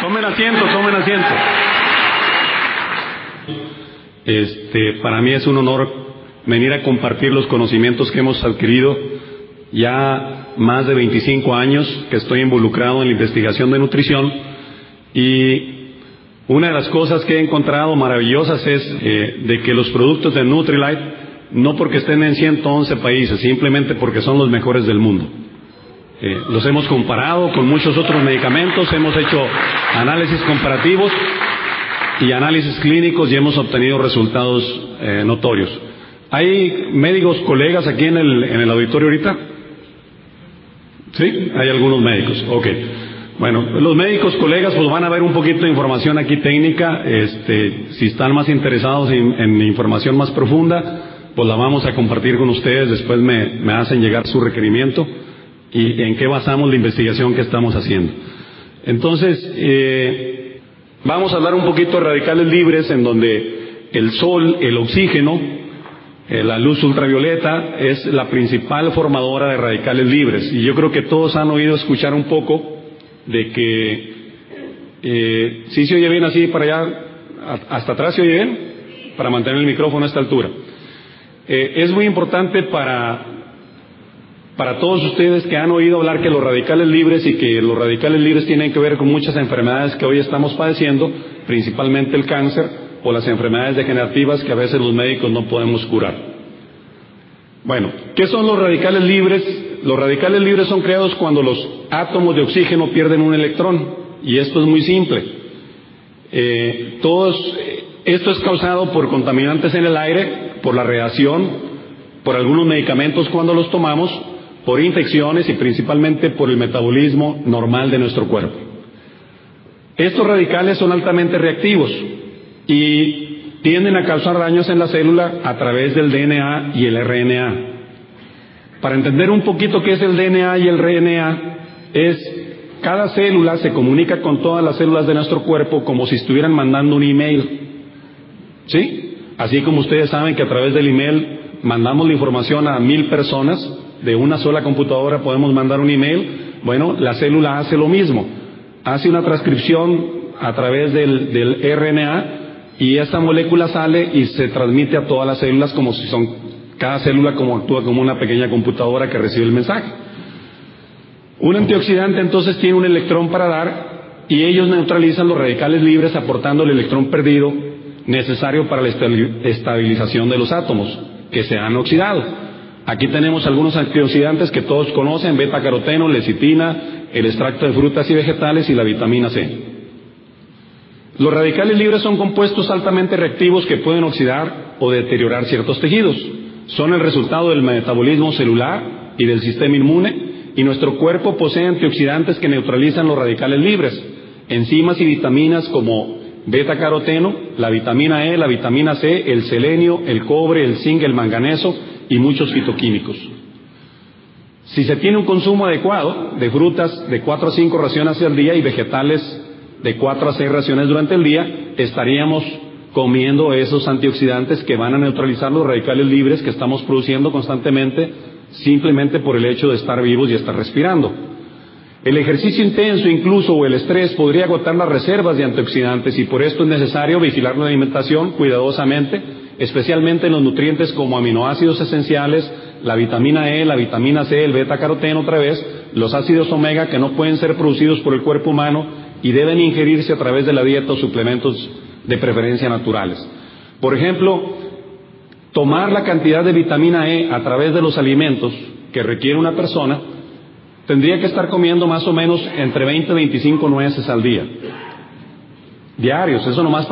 Tomen asiento, tomen asiento. Para mí es un honor venir a compartir los conocimientos que hemos adquirido ya más de 25 años que estoy involucrado en la investigación de nutrición, y una de las cosas que he encontrado maravillosas es de que los productos de Nutrilite, no porque estén en 111 países, simplemente porque son los mejores del mundo. Los hemos comparado con muchos otros medicamentos, hemos hecho análisis comparativos y análisis clínicos y hemos obtenido resultados notorios. ¿Hay médicos colegas aquí en el auditorio ahorita? ¿Sí? Hay algunos médicos. Ok. Bueno, los médicos colegas pues van a ver un poquito de información aquí técnica. Si están más interesados en información más profunda, pues la vamos a compartir con ustedes. Después me hacen llegar su requerimiento y en qué basamos la investigación que estamos haciendo. Entonces, vamos a hablar un poquito de radicales libres, en donde el sol, el oxígeno, la luz ultravioleta es la principal formadora de radicales libres. Y yo creo que todos han oído escuchar un poco de que ¿sí se oye bien así para allá? ¿Hasta atrás se oye bien? Para mantener el micrófono a esta altura. Es muy importante para todos ustedes que han oído hablar que los radicales libres, y que los radicales libres tienen que ver con muchas enfermedades que hoy estamos padeciendo, principalmente el cáncer o las enfermedades degenerativas que a veces los médicos no podemos curar. Bueno, ¿qué son los radicales libres? Los radicales libres son creados cuando los átomos de oxígeno pierden un electrón, y esto es muy simple. Esto es causado por contaminantes en el aire, por la radiación, por algunos medicamentos cuando los tomamos, por infecciones y principalmente por el metabolismo normal de nuestro cuerpo. Estos radicales son altamente reactivos y tienden a causar daños en la célula a través del DNA y el RNA. Para entender un poquito qué es el DNA y el RNA, cada célula se comunica con todas las células de nuestro cuerpo como si estuvieran mandando un email. ¿Sí? Así como ustedes saben que a través del email mandamos la información a 1000 personas, de una sola computadora podemos mandar un email. Bueno, la célula hace lo mismo, hace una transcripción a través del RNA, y esta molécula sale y se transmite a todas las células como si son, cada célula actúa como una pequeña computadora que recibe el mensaje. Un antioxidante entonces tiene un electrón para dar, y ellos neutralizan los radicales libres aportando el electrón perdido necesario para la estabilización de los átomos que se han oxidado. Aquí tenemos algunos antioxidantes que todos conocen: beta-caroteno, lecitina, el extracto de frutas y vegetales y la vitamina C. Los radicales libres son compuestos altamente reactivos que pueden oxidar o deteriorar ciertos tejidos. Son el resultado del metabolismo celular y del sistema inmune, y nuestro cuerpo posee antioxidantes que neutralizan los radicales libres, enzimas y vitaminas como beta-caroteno, la vitamina E, la vitamina C, el selenio, el cobre, el zinc, el manganeso y muchos fitoquímicos. Si se tiene un consumo adecuado de frutas de 4 a 5 raciones al día y vegetales de 4 a 6 raciones durante el día, estaríamos comiendo esos antioxidantes que van a neutralizar los radicales libres que estamos produciendo constantemente, simplemente por el hecho de estar vivos y estar respirando. El ejercicio intenso incluso o el estrés podría agotar las reservas de antioxidantes, y por esto es necesario vigilar la alimentación cuidadosamente, especialmente en los nutrientes como aminoácidos esenciales, la vitamina E, la vitamina C, el beta-caroteno otra vez, los ácidos omega que no pueden ser producidos por el cuerpo humano y deben ingerirse a través de la dieta o suplementos de preferencia naturales. Por ejemplo, tomar la cantidad de vitamina E a través de los alimentos que requiere una persona, tendría que estar comiendo más o menos entre 20 y 25 nueces al día, diarios. Eso nomás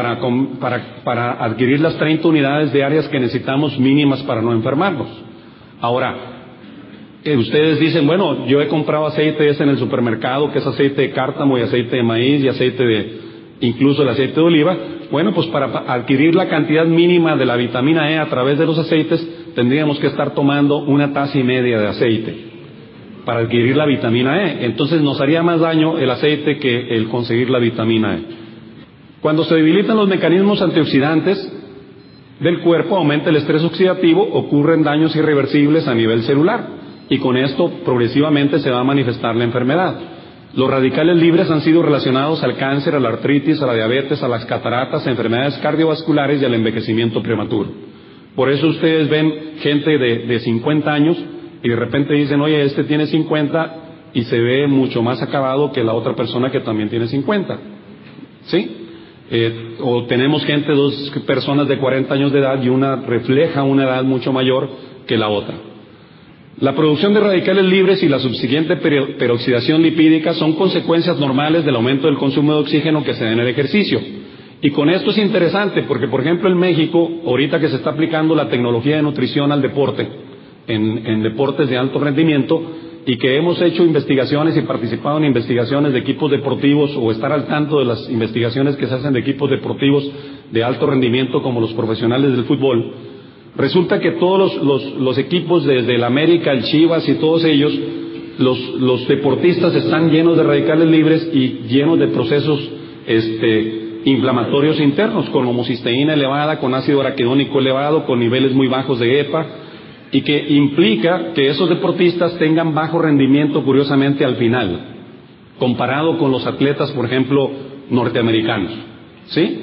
para adquirir las 30 unidades diarias que necesitamos mínimas para no enfermarnos. Ahora, ustedes dicen, bueno, yo he comprado aceite en el supermercado, que es aceite de cártamo y aceite de maíz y incluso el aceite de oliva. Bueno, pues para adquirir la cantidad mínima de la vitamina E a través de los aceites, tendríamos que estar tomando 1,5 tazas de aceite para adquirir la vitamina E. Entonces nos haría más daño el aceite que el conseguir la vitamina E. Cuando se debilitan los mecanismos antioxidantes del cuerpo, aumenta el estrés oxidativo, ocurren daños irreversibles a nivel celular, y con esto progresivamente se va a manifestar la enfermedad. Los radicales libres han sido relacionados al cáncer, a la artritis, a la diabetes, a las cataratas, a enfermedades cardiovasculares y al envejecimiento prematuro. Por eso ustedes ven gente de 50 años y de repente dicen, oye, este tiene 50 y se ve mucho más acabado que la otra persona que también tiene 50. ¿Sí? O tenemos dos personas de 40 años de edad y una refleja una edad mucho mayor que la otra. La producción de radicales libres y la subsiguiente peroxidación lipídica son consecuencias normales del aumento del consumo de oxígeno que se da en el ejercicio. Y con esto es interesante porque, por ejemplo, en México, ahorita que se está aplicando la tecnología de nutrición al deporte, en deportes de alto rendimiento, y que hemos hecho investigaciones y participado en investigaciones de equipos deportivos o estar al tanto de las investigaciones que se hacen de equipos deportivos de alto rendimiento como los profesionales del fútbol, resulta que todos los equipos desde el América, el Chivas y todos ellos, los deportistas están llenos de radicales libres y llenos de procesos inflamatorios internos, con homocisteína elevada, con ácido araquidónico elevado, con niveles muy bajos de EPA, y que implica que esos deportistas tengan bajo rendimiento, curiosamente, al final, comparado con los atletas, por ejemplo, norteamericanos. ¿Sí?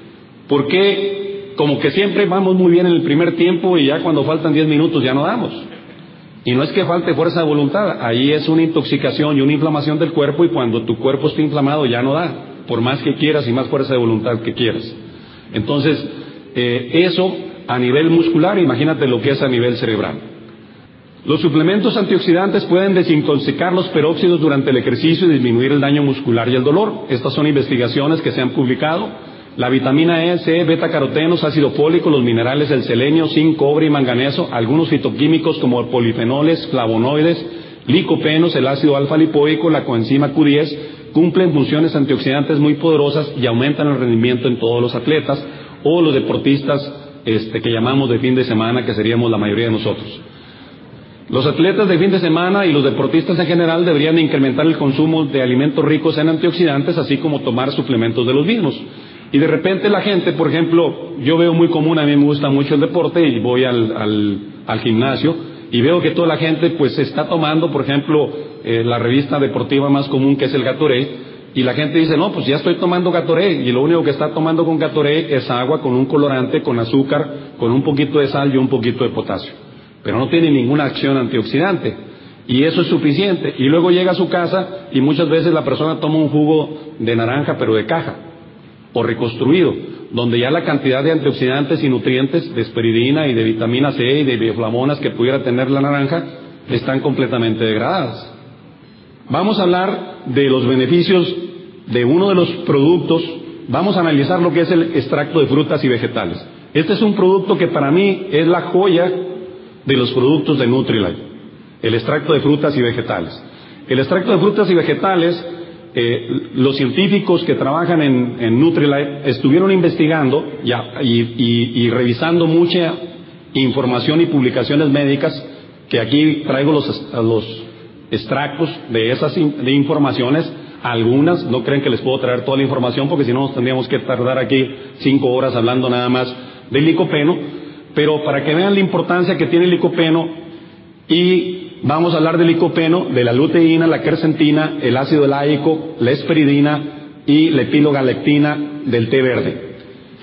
Porque como que siempre vamos muy bien en el primer tiempo y ya cuando faltan 10 minutos ya no damos. Y no es que falte fuerza de voluntad, ahí es una intoxicación y una inflamación del cuerpo, y cuando tu cuerpo está inflamado ya no da, por más que quieras y más fuerza de voluntad que quieras. Entonces, eso a nivel muscular, imagínate lo que es a nivel cerebral. Los suplementos antioxidantes pueden desintoxicar los peróxidos durante el ejercicio y disminuir el daño muscular y el dolor. Estas son investigaciones que se han publicado. La vitamina E, C, beta-carotenos, ácido fólico, los minerales del selenio, zinc, cobre y manganeso, algunos fitoquímicos como polifenoles, flavonoides, licopenos, el ácido alfa-lipoico, la coenzima Q10, cumplen funciones antioxidantes muy poderosas y aumentan el rendimiento en todos los atletas o los deportistas que llamamos de fin de semana, que seríamos la mayoría de nosotros. Los atletas de fin de semana y los deportistas en general deberían de incrementar el consumo de alimentos ricos en antioxidantes, así como tomar suplementos de los mismos. Y de repente la gente, por ejemplo, yo veo muy común, a mí me gusta mucho el deporte y voy al gimnasio y veo que toda la gente pues está tomando, por ejemplo, la revista deportiva más común, que es el Gatorade, y la gente dice, no, pues ya estoy tomando Gatorade, y lo único que está tomando con Gatorade es agua con un colorante, con azúcar, con un poquito de sal y un poquito de potasio, pero no tiene ninguna acción antioxidante, y eso es suficiente. Y luego llega a su casa y muchas veces la persona toma un jugo de naranja, pero de caja, o reconstruido, donde ya la cantidad de antioxidantes y nutrientes, de esperidina y de vitamina C y de bioflavonas que pudiera tener la naranja, están completamente degradadas. Vamos a hablar de los beneficios de uno de los productos. Vamos a analizar lo que es el extracto de frutas y vegetales. Este es un producto que para mí es la joya de los productos de Nutrilite, el extracto de frutas y vegetales. El extracto de frutas y vegetales, los científicos que trabajan en Nutrilite estuvieron investigando y revisando mucha información y publicaciones médicas, que aquí traigo los extractos de esas informaciones. Algunas, no creen que les puedo traer toda la información, porque si no nos tendríamos que tardar aquí 5 horas hablando nada más del licopeno, pero para que vean la importancia que tiene el licopeno. Y vamos a hablar del licopeno, de la luteína, la quercetina, el ácido láico, la esperidina y la epilogalactina del té verde.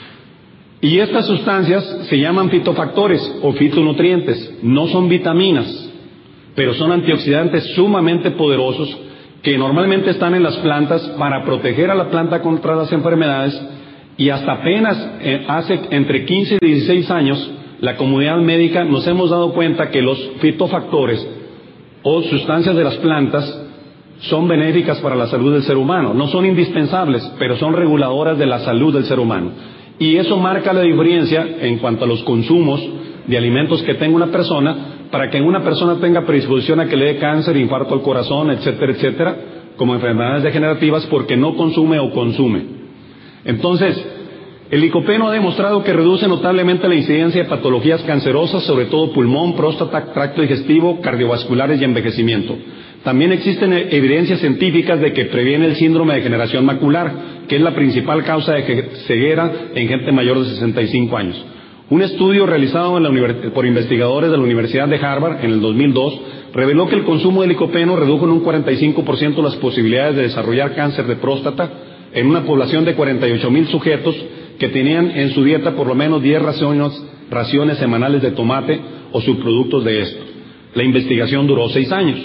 Y estas sustancias se llaman fitofactores o fitonutrientes, no son vitaminas, pero son antioxidantes sumamente poderosos que normalmente están en las plantas para proteger a la planta contra las enfermedades. Y hasta apenas hace entre 15 y 16 años, la comunidad médica nos hemos dado cuenta que los fitofactores o sustancias de las plantas son benéficas para la salud del ser humano. No son indispensables, pero son reguladoras de la salud del ser humano. Y eso marca la diferencia en cuanto a los consumos de alimentos que tenga una persona, para que una persona tenga predisposición a que le dé cáncer, infarto al corazón, etcétera, etcétera, como enfermedades degenerativas, porque no consume o consume. Entonces, el licopeno ha demostrado que reduce notablemente la incidencia de patologías cancerosas, sobre todo pulmón, próstata, tracto digestivo, cardiovasculares y envejecimiento. También existen evidencias científicas de que previene el síndrome de degeneración macular, que es la principal causa de ceguera en gente mayor de 65 años. Un estudio realizado por investigadores de la Universidad de Harvard en el 2002 reveló que el consumo de licopeno redujo en un 45% las posibilidades de desarrollar cáncer de próstata en una población de 48,000 sujetos que tenían en su dieta por lo menos 10 raciones semanales de tomate o subproductos de esto. La investigación duró 6 años.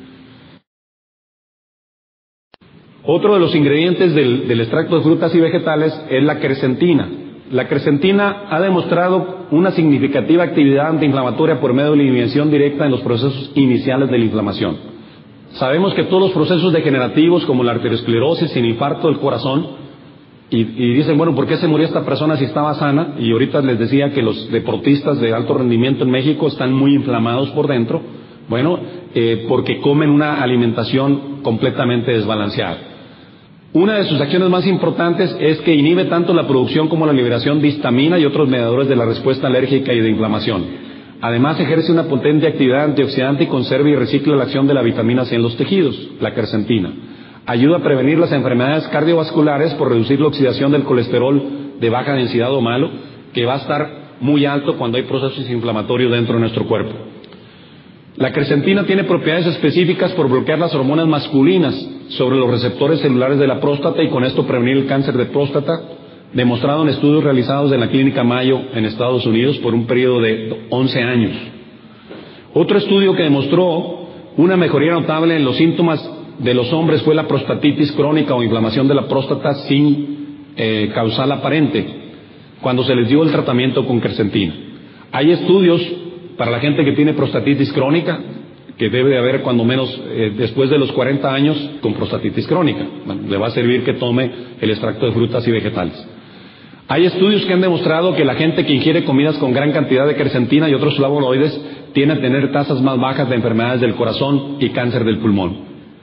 Otro de los ingredientes del extracto de frutas y vegetales es la quercetina. La quercetina ha demostrado una significativa actividad antiinflamatoria por medio de la inhibición directa en los procesos iniciales de la inflamación. Sabemos que todos los procesos degenerativos como la arteriosclerosis y el infarto del corazón, y dicen, bueno, ¿por qué se murió esta persona si estaba sana? Y ahorita les decía que los deportistas de alto rendimiento en México están muy inflamados por dentro. Bueno, porque comen una alimentación completamente desbalanceada. Una de sus acciones más importantes es que inhibe tanto la producción como la liberación de histamina y otros mediadores de la respuesta alérgica y de inflamación. Además, ejerce una potente actividad antioxidante y conserva y recicla la acción de la vitamina C en los tejidos, la quercetina. Ayuda a prevenir las enfermedades cardiovasculares por reducir la oxidación del colesterol de baja densidad o malo, que va a estar muy alto cuando hay procesos inflamatorios dentro de nuestro cuerpo. La quercetina tiene propiedades específicas por bloquear las hormonas masculinas sobre los receptores celulares de la próstata y con esto prevenir el cáncer de próstata, demostrado en estudios realizados en la Clínica Mayo en Estados Unidos por un periodo de 11 años. Otro estudio que demostró una mejoría notable en los síntomas de los hombres fue la prostatitis crónica o inflamación de la próstata sin causal aparente, cuando se les dio el tratamiento con quercetina. Hay estudios para la gente que tiene prostatitis crónica, que debe de haber cuando menos después de los 40 años con prostatitis crónica. Bueno, le va a servir que tome el extracto de frutas y vegetales. Hay estudios que han demostrado que la gente que ingiere comidas con gran cantidad de quercetina y otros flavonoides tiende a tener tasas más bajas de enfermedades del corazón y cáncer del pulmón.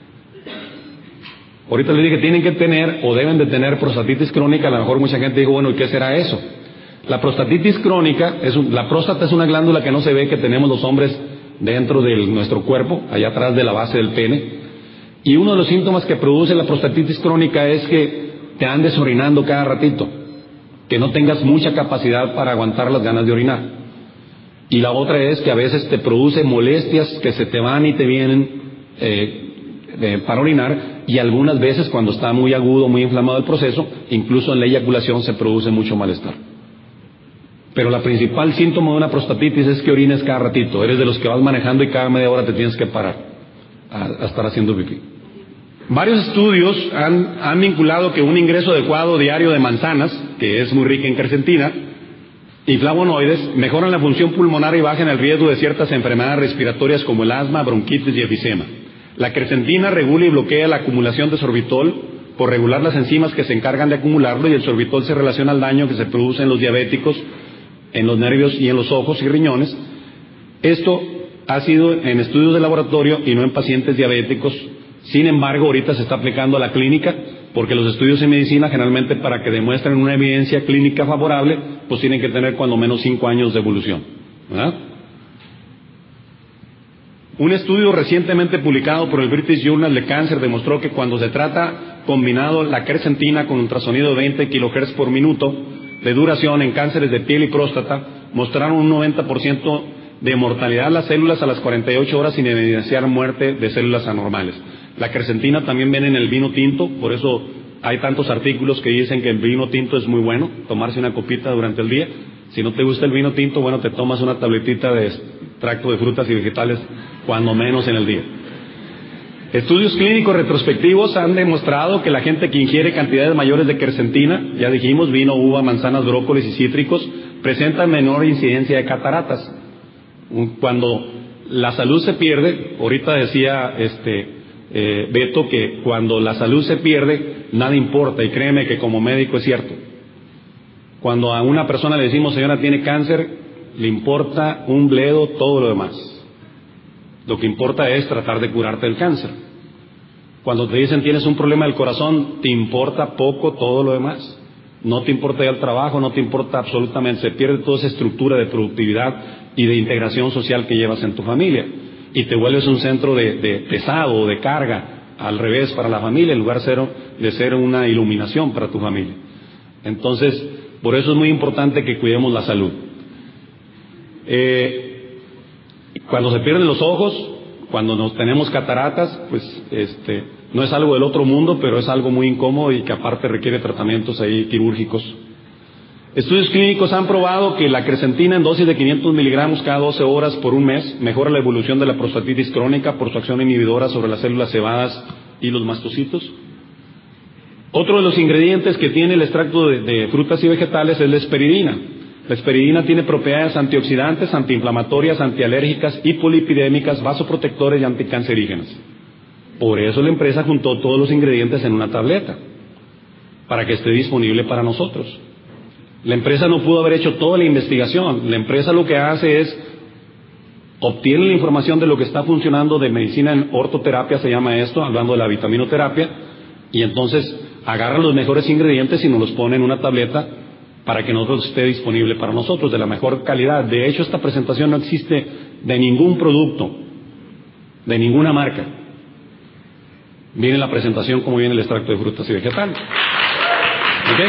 Ahorita les dije que tienen que tener o deben de tener prostatitis crónica. A lo mejor mucha gente dijo, bueno, ¿y qué será eso? La prostatitis crónica, la próstata es una glándula que no se ve, que tenemos los hombres dentro de nuestro cuerpo, allá atrás de la base del pene. Y uno de los síntomas que produce la prostatitis crónica es que te andes orinando cada ratito, que no tengas mucha capacidad para aguantar las ganas de orinar. Y la otra es que a veces te produce molestias que se te van y te vienen para orinar, y algunas veces cuando está muy agudo, muy inflamado el proceso, incluso en la eyaculación se produce mucho malestar. Pero la principal síntoma de una prostatitis es que orines cada ratito. Eres de los que vas manejando y cada media hora te tienes que parar a estar haciendo pipí. Varios estudios han vinculado que un ingreso adecuado diario de manzanas, que es muy rica en quercetina y flavonoides, mejoran la función pulmonar y bajan el riesgo de ciertas enfermedades respiratorias como el asma, bronquitis y efisema. La quercetina regula y bloquea la acumulación de sorbitol por regular las enzimas que se encargan de acumularlo, y el sorbitol se relaciona al daño que se produce en los diabéticos, en los nervios y en los ojos y riñones. Esto ha sido en estudios de laboratorio y no en pacientes diabéticos. Sin embargo, ahorita se está aplicando a la clínica, porque los estudios en medicina generalmente, para que demuestren una evidencia clínica favorable, pues tienen que tener cuando menos 5 años de evolución, ¿verdad? Un estudio recientemente publicado por el British Journal de Cancer demostró que cuando se trata combinado la quercetina con ultrasonido de 20 kHz por minuto de duración en cánceres de piel y próstata, mostraron un 90% de mortalidad de las células a las 48 horas sin evidenciar muerte de células anormales. La quercetina también viene en el vino tinto, por eso hay tantos artículos que dicen que el vino tinto es muy bueno, tomarse una copita durante el día. Si no te gusta el vino tinto, bueno, te tomas una tabletita de extracto de frutas y vegetales cuando menos en el día. Estudios clínicos retrospectivos han demostrado que la gente que ingiere cantidades mayores de quercetina, ya dijimos, vino, uva, manzanas, brócolis y cítricos, presenta menor incidencia de cataratas. Cuando la salud se pierde, ahorita decía Beto que cuando la salud se pierde, nada importa, y créeme que como médico es cierto. Cuando a una persona le decimos, señora, tiene cáncer, le importa un bledo todo lo demás. Lo que importa es tratar de curarte el cáncer. Cuando te dicen tienes un problema del corazón, te importa poco todo lo demás. No te importa ya el trabajo, no te importa absolutamente. Se pierde toda esa estructura de productividad y de integración social que llevas en tu familia. Y te vuelves un centro de pesado o de carga, al revés, para la familia, en lugar de ser una iluminación para tu familia. Entonces, por eso es muy importante que cuidemos la salud. Cuando se pierden los ojos, cuando nos tenemos cataratas, pues no es algo del otro mundo, pero es algo muy incómodo y que aparte requiere tratamientos ahí quirúrgicos. Estudios clínicos han probado que la crecentina en dosis de 500 miligramos cada 12 horas por un mes mejora la evolución de la prostatitis crónica por su acción inhibidora sobre las células cebadas y los mastocitos. Otro de los ingredientes que tiene el extracto de frutas y vegetales es la hesperidina. La hesperidina tiene propiedades antioxidantes, antiinflamatorias, antialérgicas, hipolipidémicas, vasoprotectores y anticancerígenas. Por eso la empresa juntó todos los ingredientes en una tableta, para que esté disponible para nosotros. La empresa no pudo haber hecho toda la investigación. La empresa lo que hace es, obtiene la información de lo que está funcionando de medicina en ortoterapia, se llama esto, hablando de la vitaminoterapia, y entonces agarra los mejores ingredientes y nos los pone en una tableta para que nosotros esté disponible para nosotros, de la mejor calidad. De hecho, esta presentación no existe de ningún producto, de ninguna marca. Viene la presentación como viene el extracto de frutas y vegetales. ¿Ok?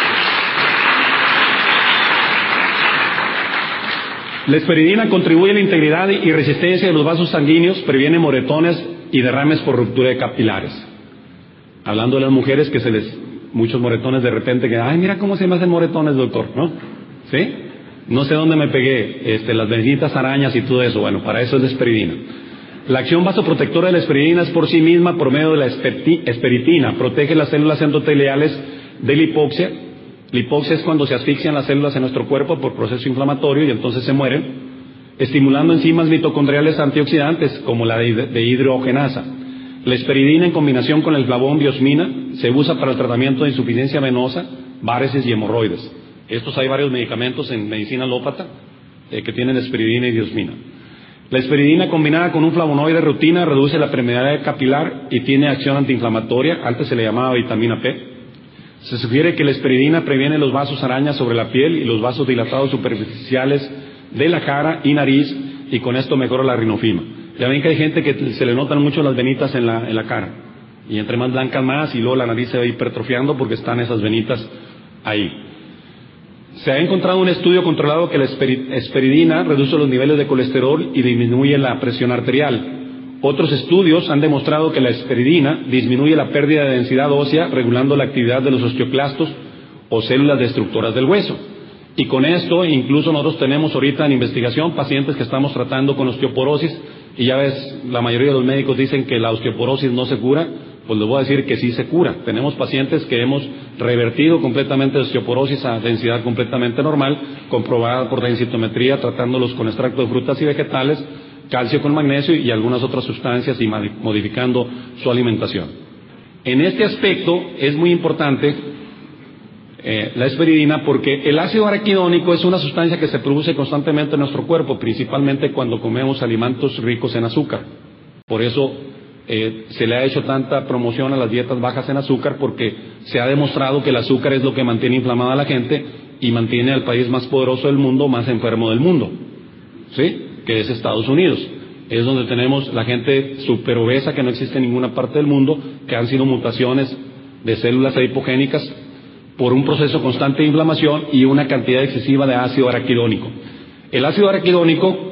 La hesperidina contribuye a la integridad y resistencia de los vasos sanguíneos, previene moretones y derrames por ruptura de capilares. Hablando de las mujeres que muchos moretones de repente que, ay, mira cómo se me hacen moretones, doctor, ¿no? ¿Sí? No sé dónde me pegué, las benditas arañas y todo eso. Bueno, para eso es la hesperidina. La acción vasoprotectora de la hesperidina es por sí misma, por medio de la hesperitina, protege las células endoteliales de la hipoxia. La hipoxia es cuando se asfixian las células en nuestro cuerpo por proceso inflamatorio y entonces se mueren, estimulando enzimas mitocondriales antioxidantes como la de hidrogenasa. La hesperidina en combinación con el flavón biosmina se usa para el tratamiento de insuficiencia venosa, várices y hemorroides. Estos hay varios medicamentos en medicina alópata que tienen hesperidina y biosmina. La hesperidina combinada con un flavonoide rutina reduce la permeabilidad capilar y tiene acción antiinflamatoria, antes se le llamaba vitamina P. Se sugiere que la hesperidina previene los vasos arañas sobre la piel y los vasos dilatados superficiales de la cara y nariz, y con esto mejora la rinofima. Ya ven que hay gente que se le notan mucho las venitas en la cara, y entre más blancas más, y luego la nariz se va hipertrofiando porque están esas venitas ahí. Se ha encontrado un estudio controlado que la hesperidina reduce los niveles de colesterol y disminuye la presión arterial. Otros estudios han demostrado que la hesperidina disminuye la pérdida de densidad ósea, regulando la actividad de los osteoclastos o células destructoras del hueso. Y con esto, incluso nosotros tenemos ahorita en investigación pacientes que estamos tratando con osteoporosis, y ya ves, la mayoría de los médicos dicen que la osteoporosis no se cura, pues les voy a decir que sí se cura. Tenemos pacientes que hemos revertido completamente la osteoporosis a densidad completamente normal, comprobada por densitometría, tratándolos con extracto de frutas y vegetales, calcio con magnesio y algunas otras sustancias y modificando su alimentación. En este aspecto es muy importante la hesperidina, porque el ácido araquidónico es una sustancia que se produce constantemente en nuestro cuerpo, principalmente cuando comemos alimentos ricos en azúcar. Por eso se le ha hecho tanta promoción a las dietas bajas en azúcar, porque se ha demostrado que el azúcar es lo que mantiene inflamada a la gente y mantiene al país más poderoso del mundo más enfermo del mundo, ¿sí? Que es Estados Unidos. Es donde tenemos la gente super obesa que no existe en ninguna parte del mundo, que han sido mutaciones de células adipogénicas por un proceso constante de inflamación y una cantidad excesiva de ácido araquidónico. El ácido araquidónico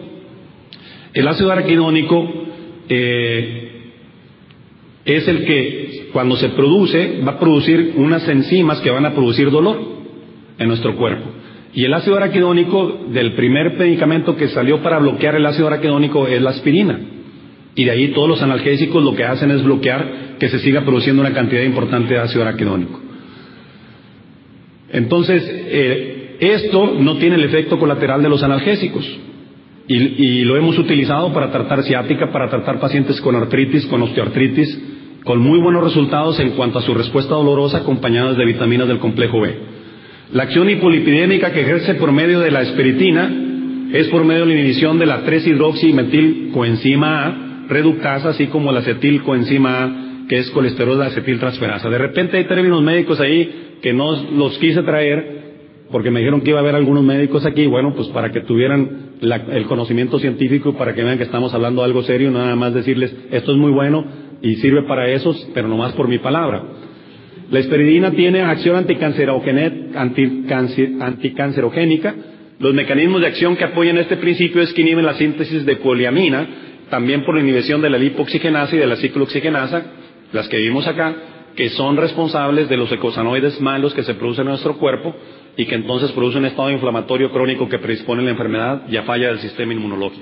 es el que, cuando se produce, va a producir unas enzimas que van a producir dolor en nuestro cuerpo. Y el ácido araquidónico, del primer medicamento que salió para bloquear el ácido araquidónico, es la aspirina. Y de ahí todos los analgésicos lo que hacen es bloquear que se siga produciendo una cantidad importante de ácido araquidónico. Entonces, esto no tiene el efecto colateral de los analgésicos. Y lo hemos utilizado para tratar ciática, para tratar pacientes con artritis, con osteoartritis, con muy buenos resultados en cuanto a su respuesta dolorosa, acompañadas de vitaminas del complejo B. La acción hipolipidémica que ejerce por medio de la hesperidina es por medio de la inhibición de la 3-hidroximetilcoenzima A reductasa, así como la acetilcoenzima A, que es colesterol de acetiltransferasa. De repente hay términos médicos ahí que no los quise traer porque me dijeron que iba a haber algunos médicos aquí, bueno, pues para que tuvieran el conocimiento científico, para que vean que estamos hablando de algo serio, nada más decirles, esto es muy bueno y sirve para esos, pero nomás por mi palabra. La hesperidina tiene acción anticancerogénica, Los mecanismos de acción que apoyan este principio es que inhiben la síntesis de poliamina, también por la inhibición de la lipoxigenasa y de la ciclooxigenasa, las que vimos acá, que son responsables de los eicosanoides malos que se producen en nuestro cuerpo y que entonces producen un estado inflamatorio crónico que predispone a la enfermedad y a falla del sistema inmunológico.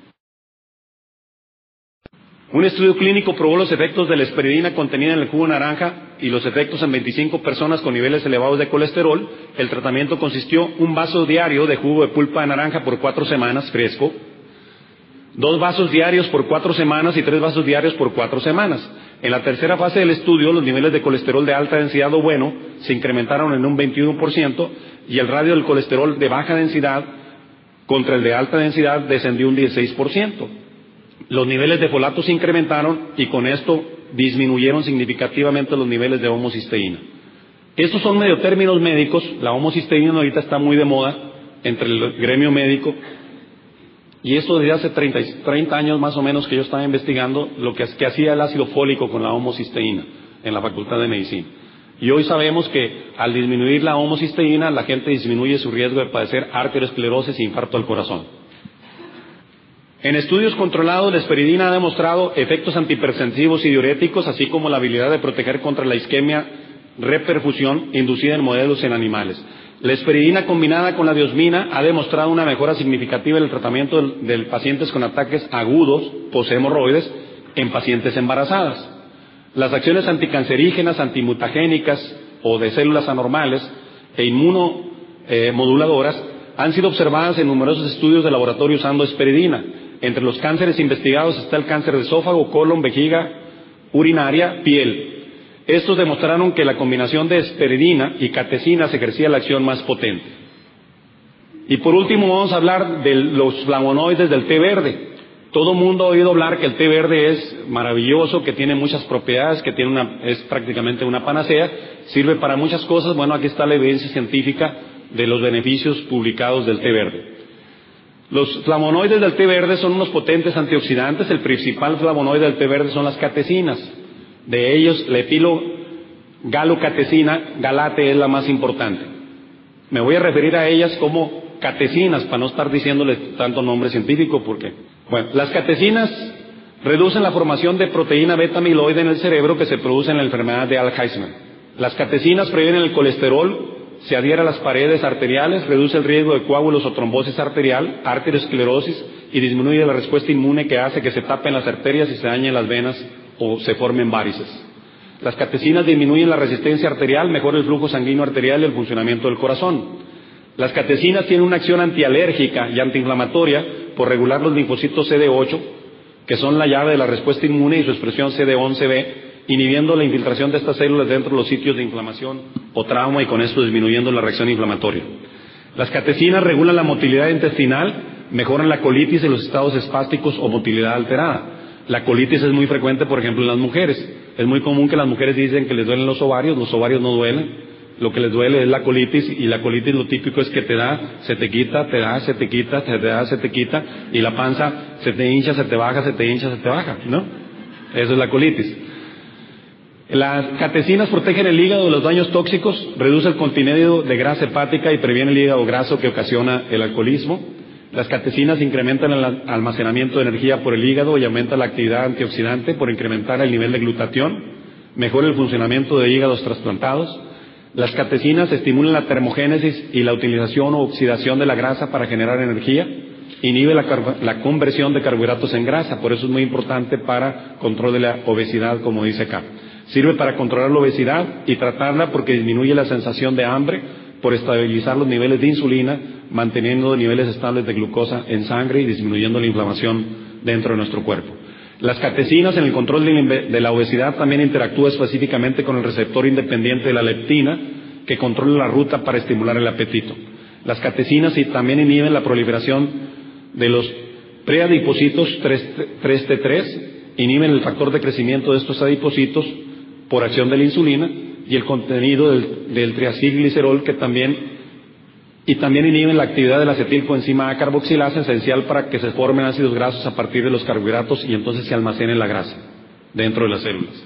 Un estudio clínico probó los efectos de la hesperidina contenida en el jugo de naranja y los efectos en 25 personas con niveles elevados de colesterol. El tratamiento consistió un vaso diario de jugo de pulpa de naranja por 4 semanas fresco, 2 vasos diarios por 4 semanas y 3 vasos diarios por 4 semanas. En la tercera fase del estudio, los niveles de colesterol de alta densidad o bueno se incrementaron en un 21% y el radio del colesterol de baja densidad contra el de alta densidad descendió un 16%. Los niveles de folato se incrementaron y con esto disminuyeron significativamente los niveles de homocisteína. Estos son medio términos médicos. La homocisteína ahorita está muy de moda entre el gremio médico. Y esto desde hace 30 años más o menos que yo estaba investigando lo que hacía el ácido fólico con la homocisteína en la Facultad de Medicina. Y hoy sabemos que al disminuir la homocisteína, la gente disminuye su riesgo de padecer arteriosclerosis e infarto al corazón. En estudios controlados, la hesperidina ha demostrado efectos antihipertensivos y diuréticos, así como la habilidad de proteger contra la isquemia reperfusión inducida en modelos en animales. La hesperidina combinada con la diosmina ha demostrado una mejora significativa en el tratamiento de pacientes con ataques agudos poshemorroides en pacientes embarazadas. Las acciones anticancerígenas, antimutagénicas o de células anormales e inmunomoduladoras han sido observadas en numerosos estudios de laboratorio usando hesperidina. Entre los cánceres investigados está el cáncer de esófago, colon, vejiga, urinaria, piel. Estos demostraron que la combinación de hesperidina y catecinas ejercía la acción más potente. Y por último vamos a hablar de los flavonoides del té verde. Todo el mundo ha oído hablar que el té verde es maravilloso, que tiene muchas propiedades, que es prácticamente una panacea, sirve para muchas cosas. Bueno, aquí está la evidencia científica de los beneficios publicados del té verde. Los flavonoides del té verde son unos potentes antioxidantes. El principal flavonoide del té verde son las catecinas. De ellos, la epilo-galocatecina, galate, es la más importante. Me voy a referir a ellas como catecinas, para no estar diciéndoles tanto nombre científico, porque... Bueno, las catecinas reducen la formación de proteína beta-amiloide en el cerebro que se produce en la enfermedad de Alzheimer. Las catecinas previenen el colesterol, se adhiere a las paredes arteriales, reduce el riesgo de coágulos o trombosis arterial, arteriosclerosis y disminuye la respuesta inmune que hace que se tapen las arterias y se dañen las venas o se formen varices. Las catecinas disminuyen la resistencia arterial, mejora el flujo sanguíneo arterial y el funcionamiento del corazón. Las catecinas tienen una acción antialérgica y antiinflamatoria por regular los linfocitos CD8, que son la llave de la respuesta inmune, y su expresión CD11B, inhibiendo la infiltración de estas células dentro de los sitios de inflamación o trauma y con esto disminuyendo la reacción inflamatoria. Las catecinas regulan la motilidad intestinal, mejoran la colitis y los estados espásticos o motilidad alterada. La colitis es muy frecuente, por ejemplo, en las mujeres. Es muy común que las mujeres dicen que les duelen los ovarios no duelen. Lo que les duele es la colitis, y la colitis lo típico es que te da, se te quita, te da, se te quita, te da, se te quita, y la panza se te hincha, se te baja, se te hincha, se te baja, ¿no? Eso es la colitis. Las catecinas protegen el hígado de los daños tóxicos, reduce el contenido de grasa hepática y previene el hígado graso que ocasiona el alcoholismo. Las catecinas incrementan el almacenamiento de energía por el hígado y aumentan la actividad antioxidante por incrementar el nivel de glutatión, mejora el funcionamiento de hígados trasplantados. Las catecinas estimulan la termogénesis y la utilización o oxidación de la grasa para generar energía, inhibe la conversión de carbohidratos en grasa, por eso es muy importante para control de la obesidad, como dice acá. Sirve para controlar la obesidad y tratarla porque disminuye la sensación de hambre por estabilizar los niveles de insulina, manteniendo niveles estables de glucosa en sangre y disminuyendo la inflamación dentro de nuestro cuerpo. Las catecinas en el control de la obesidad también interactúan específicamente con el receptor independiente de la leptina, que controla la ruta para estimular el apetito. Las catecinas también inhiben la proliferación de los preadipocitos 3T3, inhiben el factor de crecimiento de estos adipocitos por acción de la insulina y el contenido del triacilglicerol, que también inhiben la actividad de la acetilcoenzima A carboxilasa, esencial para que se formen ácidos grasos a partir de los carbohidratos y entonces se almacene la grasa dentro de las células.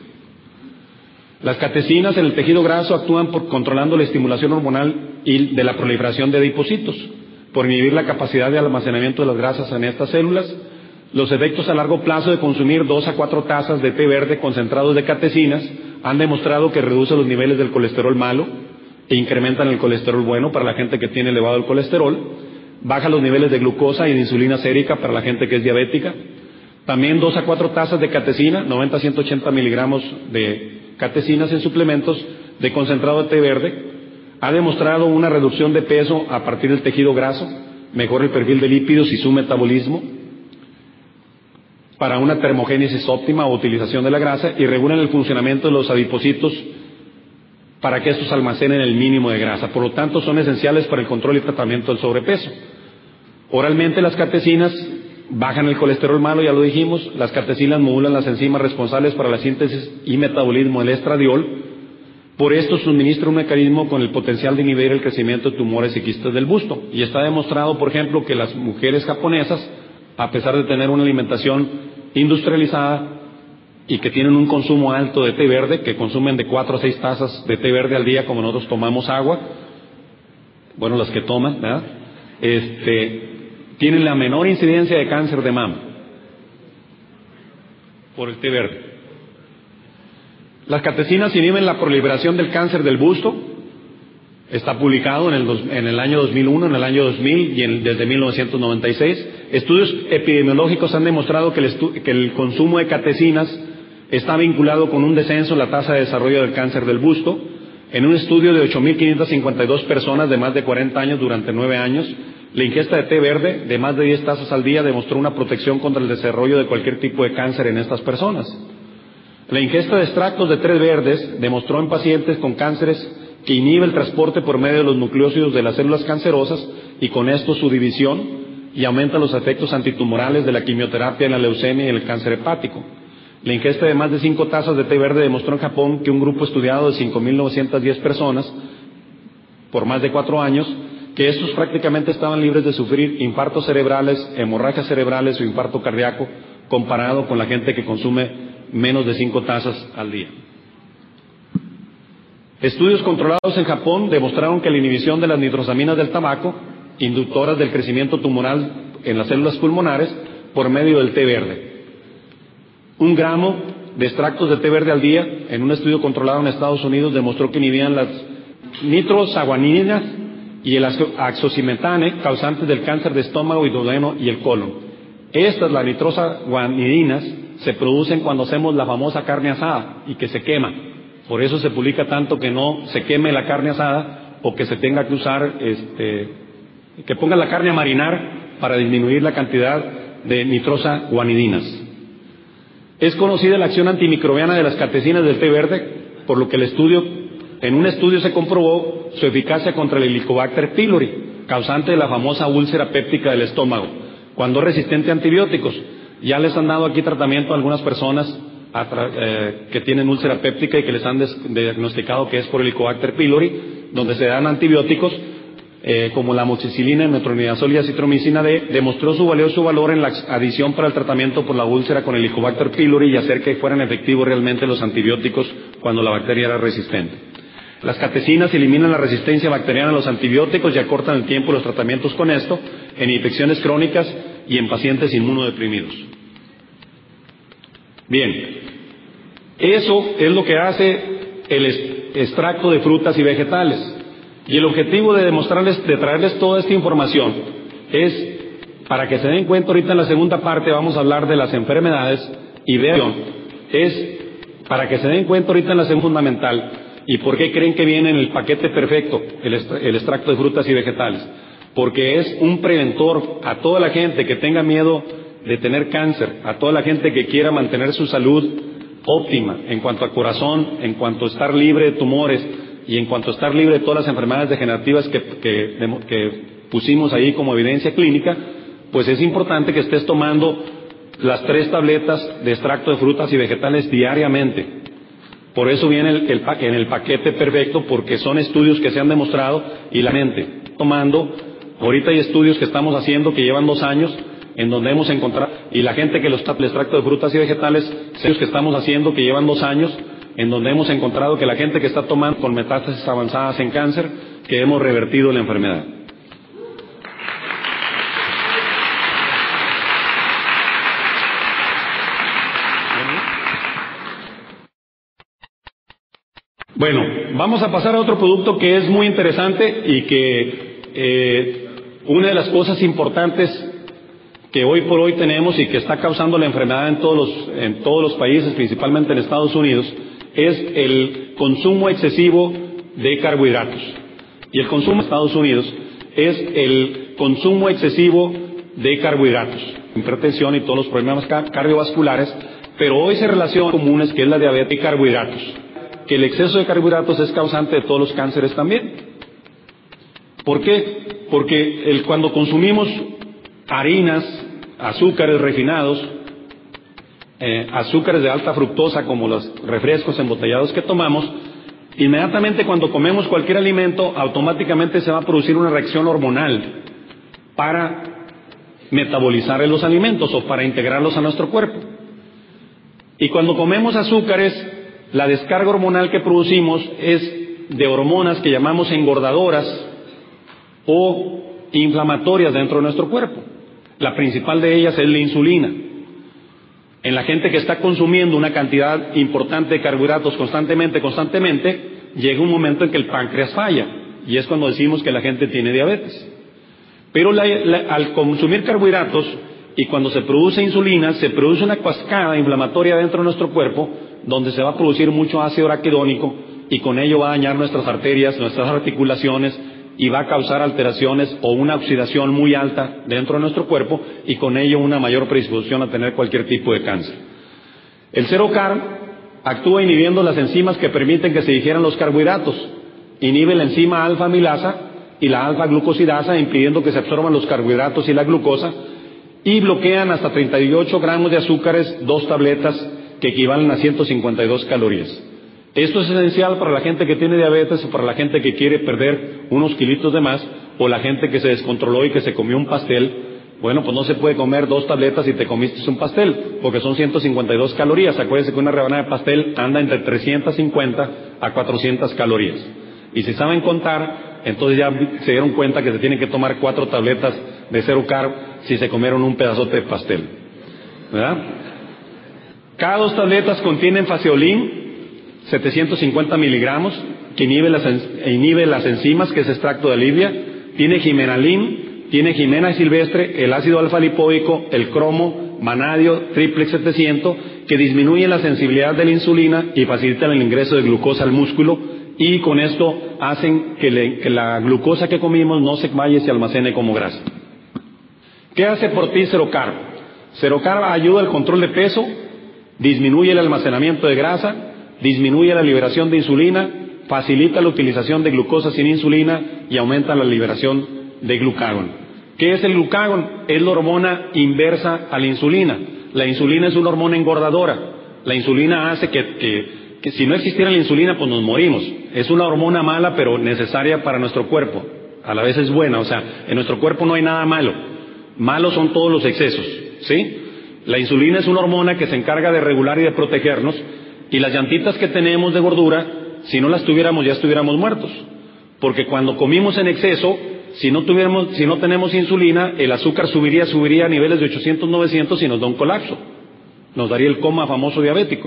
Las catecinas en el tejido graso actúan controlando la estimulación hormonal y de la proliferación de adipocitos. por inhibir la capacidad de almacenamiento de las grasas en estas células. Los efectos a largo plazo de consumir 2 a 4 tazas de té verde concentrados de catecinas han demostrado que reduce los niveles del colesterol malo e incrementan el colesterol bueno para la gente que tiene elevado el colesterol, baja los niveles de glucosa y de insulina sérica para la gente que es diabética. También 2 a 4 tazas de catecina, 90 a 180 miligramos de catecinas en suplementos de concentrado de té verde, ha demostrado una reducción de peso a partir del tejido graso, mejora el perfil de lípidos y su metabolismo, para una termogénesis óptima o utilización de la grasa, y regulan el funcionamiento de los adipocitos para que estos almacenen el mínimo de grasa. Por lo tanto, son esenciales para el control y tratamiento del sobrepeso. Oralmente, las catecinas bajan el colesterol malo, ya lo dijimos. Las catecinas modulan las enzimas responsables para la síntesis y metabolismo del estradiol. Por esto suministra un mecanismo con el potencial de inhibir el crecimiento de tumores y quistes del busto. Y está demostrado, por ejemplo, que las mujeres japonesas, a pesar de tener una alimentación industrializada y que tienen un consumo alto de té verde, que consumen de 4 a 6 tazas de té verde al día, como nosotros tomamos agua, bueno, las que toman, ¿verdad? Tienen la menor incidencia de cáncer de mama por el té verde. Las catecinas inhiben la proliferación del cáncer del busto. Está publicado en el año 2001, en el año 2000 y desde 1996. Estudios epidemiológicos han demostrado que el consumo de catecinas está vinculado con un descenso en la tasa de desarrollo del cáncer del busto. En un estudio de 8.552 personas de más de 40 años durante 9 años, la ingesta de té verde de más de 10 tazas al día demostró una protección contra el desarrollo de cualquier tipo de cáncer en estas personas. La ingesta de extractos de té verdes demostró en pacientes con cánceres que inhibe el transporte por medio de los nucleócidos de las células cancerosas y con esto su división, y aumenta los efectos antitumorales de la quimioterapia en la leucemia y el cáncer hepático. La ingesta de más de 5 tazas de té verde demostró en Japón que un grupo estudiado de 5.910 personas por más de 4 años, que estos prácticamente estaban libres de sufrir infartos cerebrales, hemorragias cerebrales o infarto cardíaco, comparado con la gente que consume menos de 5 tazas al día. Estudios controlados en Japón demostraron que la inhibición de las nitrosaminas del tabaco, inductoras del crecimiento tumoral en las células pulmonares, por medio del té verde. 1 gramo de extractos de té verde al día, en un estudio controlado en Estados Unidos, demostró que inhibían las nitrosaguanidinas y el axocimetane, causantes del cáncer de estómago y duodeno y el colon. Estas, las nitrosaguanidinas, se producen cuando hacemos la famosa carne asada y que se quema. Por eso se publica tanto que no se queme la carne asada o que se tenga que usar, que pongan la carne a marinar para disminuir la cantidad de nitrosaguanidinas. Es conocida la acción antimicrobiana de las catecinas del té verde, por lo que en un estudio se comprobó su eficacia contra el Helicobacter pylori, causante de la famosa úlcera péptica del estómago, cuando es resistente a antibióticos. Ya les han dado aquí tratamiento a algunas personas que tienen úlcera péptica y que les han diagnosticado que es por Helicobacter pylori, donde se dan antibióticos como la amoxicilina, metronidazol y acitromicina D, demostró su valioso valor en la adición para el tratamiento por la úlcera con Helicobacter pylori y hacer que fueran efectivos realmente los antibióticos cuando la bacteria era resistente. Las catecinas eliminan la resistencia bacteriana a los antibióticos y acortan el tiempo de los tratamientos con esto en infecciones crónicas y en pacientes inmunodeprimidos. Bien, eso es lo que hace el extracto de frutas y vegetales. Y el objetivo de traerles toda esta información es para que se den cuenta. Ahorita en la segunda parte vamos a hablar de las enfermedades y para que se den cuenta ahorita en la segunda fundamental y por qué creen que viene en el paquete perfecto el extracto de frutas y vegetales. Porque es un preventor a toda la gente que tenga miedo de tener cáncer, a toda la gente que quiera mantener su salud óptima en cuanto a corazón, en cuanto a estar libre de tumores y en cuanto a estar libre de todas las enfermedades degenerativas que pusimos ahí como evidencia clínica. Pues es importante que estés tomando las 3 tabletas de extracto de frutas y vegetales diariamente. Por eso viene en el paquete perfecto, porque son estudios que se han demostrado y la mente tomando. Ahorita hay estudios que estamos haciendo que llevan 2 años, en donde hemos encontrado, y la gente que el extracto de frutas y vegetales, estudios que estamos haciendo que llevan 2 años, en donde hemos encontrado que la gente que está tomando con metástasis avanzadas en cáncer, que hemos revertido la enfermedad. Bueno, vamos a pasar a otro producto que es muy interesante y que una de las cosas importantes que hoy por hoy tenemos y que está causando la enfermedad en todos los países, principalmente en Estados Unidos, es el consumo excesivo de carbohidratos. Y el consumo en Estados Unidos es el consumo excesivo de carbohidratos, hipertensión y todos los problemas cardiovasculares, pero hoy se relacionan comunes que es la diabetes y carbohidratos, que el exceso de carbohidratos es causante de todos los cánceres también. ¿Por qué? Porque cuando consumimos harinas, azúcares refinados, azúcares de alta fructosa como los refrescos embotellados que tomamos, inmediatamente cuando comemos cualquier alimento, automáticamente se va a producir una reacción hormonal para metabolizar los alimentos o para integrarlos a nuestro cuerpo. Y cuando comemos azúcares, la descarga hormonal que producimos es de hormonas que llamamos engordadoras o inflamatorias dentro de nuestro cuerpo. La principal de ellas es la insulina. En la gente que está consumiendo una cantidad importante de carbohidratos constantemente, llega un momento en que el páncreas falla, y es cuando decimos que la gente tiene diabetes. Pero al consumir carbohidratos y cuando se produce insulina, se produce una cascada inflamatoria dentro de nuestro cuerpo, donde se va a producir mucho ácido araquidónico, y con ello va a dañar nuestras arterias, nuestras articulaciones, y va a causar alteraciones o una oxidación muy alta dentro de nuestro cuerpo, y con ello una mayor predisposición a tener cualquier tipo de cáncer. El Zero Carb actúa inhibiendo las enzimas que permiten que se digieran los carbohidratos, inhibe la enzima alfa amilasa y la alfa glucosidasa, impidiendo que se absorban los carbohidratos y la glucosa, y bloquean hasta 38 gramos de azúcares, 2 tabletas que equivalen a 152 calorías. Esto es esencial para la gente que tiene diabetes o para la gente que quiere perder unos kilitos de más, o la gente que se descontroló y que se comió un pastel. Bueno, pues no se puede comer 2 tabletas si te comiste un pastel, porque son 152 calorías. Acuérdense que una rebanada de pastel anda entre 350 a 400 calorías. Y si saben contar, entonces ya se dieron cuenta que se tienen que tomar 4 tabletas de Zero Carb si se comieron un pedazote de pastel, ¿verdad? Cada 2 tabletas contienen faseolín, 750 miligramos, que inhibe las enzimas, que es extracto de alivia. Tiene gimenalín, tiene gimena silvestre, el ácido alfa lipoico, el cromo, vanadio, triplex 700, que disminuye la sensibilidad de la insulina y facilitan el ingreso de glucosa al músculo, y con esto hacen que la glucosa que comimos no se vaya y se almacene como grasa. ¿Qué hace por ti Zero Carb? Zero Carb ayuda al control de peso, disminuye el almacenamiento de grasa, disminuye la liberación de insulina, facilita la utilización de glucosa sin insulina y aumenta la liberación de glucagón. ¿Qué es el glucagón? Es la hormona inversa a la insulina. La insulina es una hormona engordadora. La insulina hace que si no existiera la insulina, pues nos morimos. Es una hormona mala, pero necesaria para nuestro cuerpo. A la vez es buena, o sea, en nuestro cuerpo no hay nada malo. Malos son todos los excesos, ¿sí? La insulina es una hormona que se encarga de regular y de protegernos, y las llantitas que tenemos de gordura, si no las tuviéramos, ya estuviéramos muertos. Porque cuando comimos en exceso, si no tenemos insulina, el azúcar subiría a niveles de 800, 900 y nos da un colapso. Nos daría el coma famoso diabético.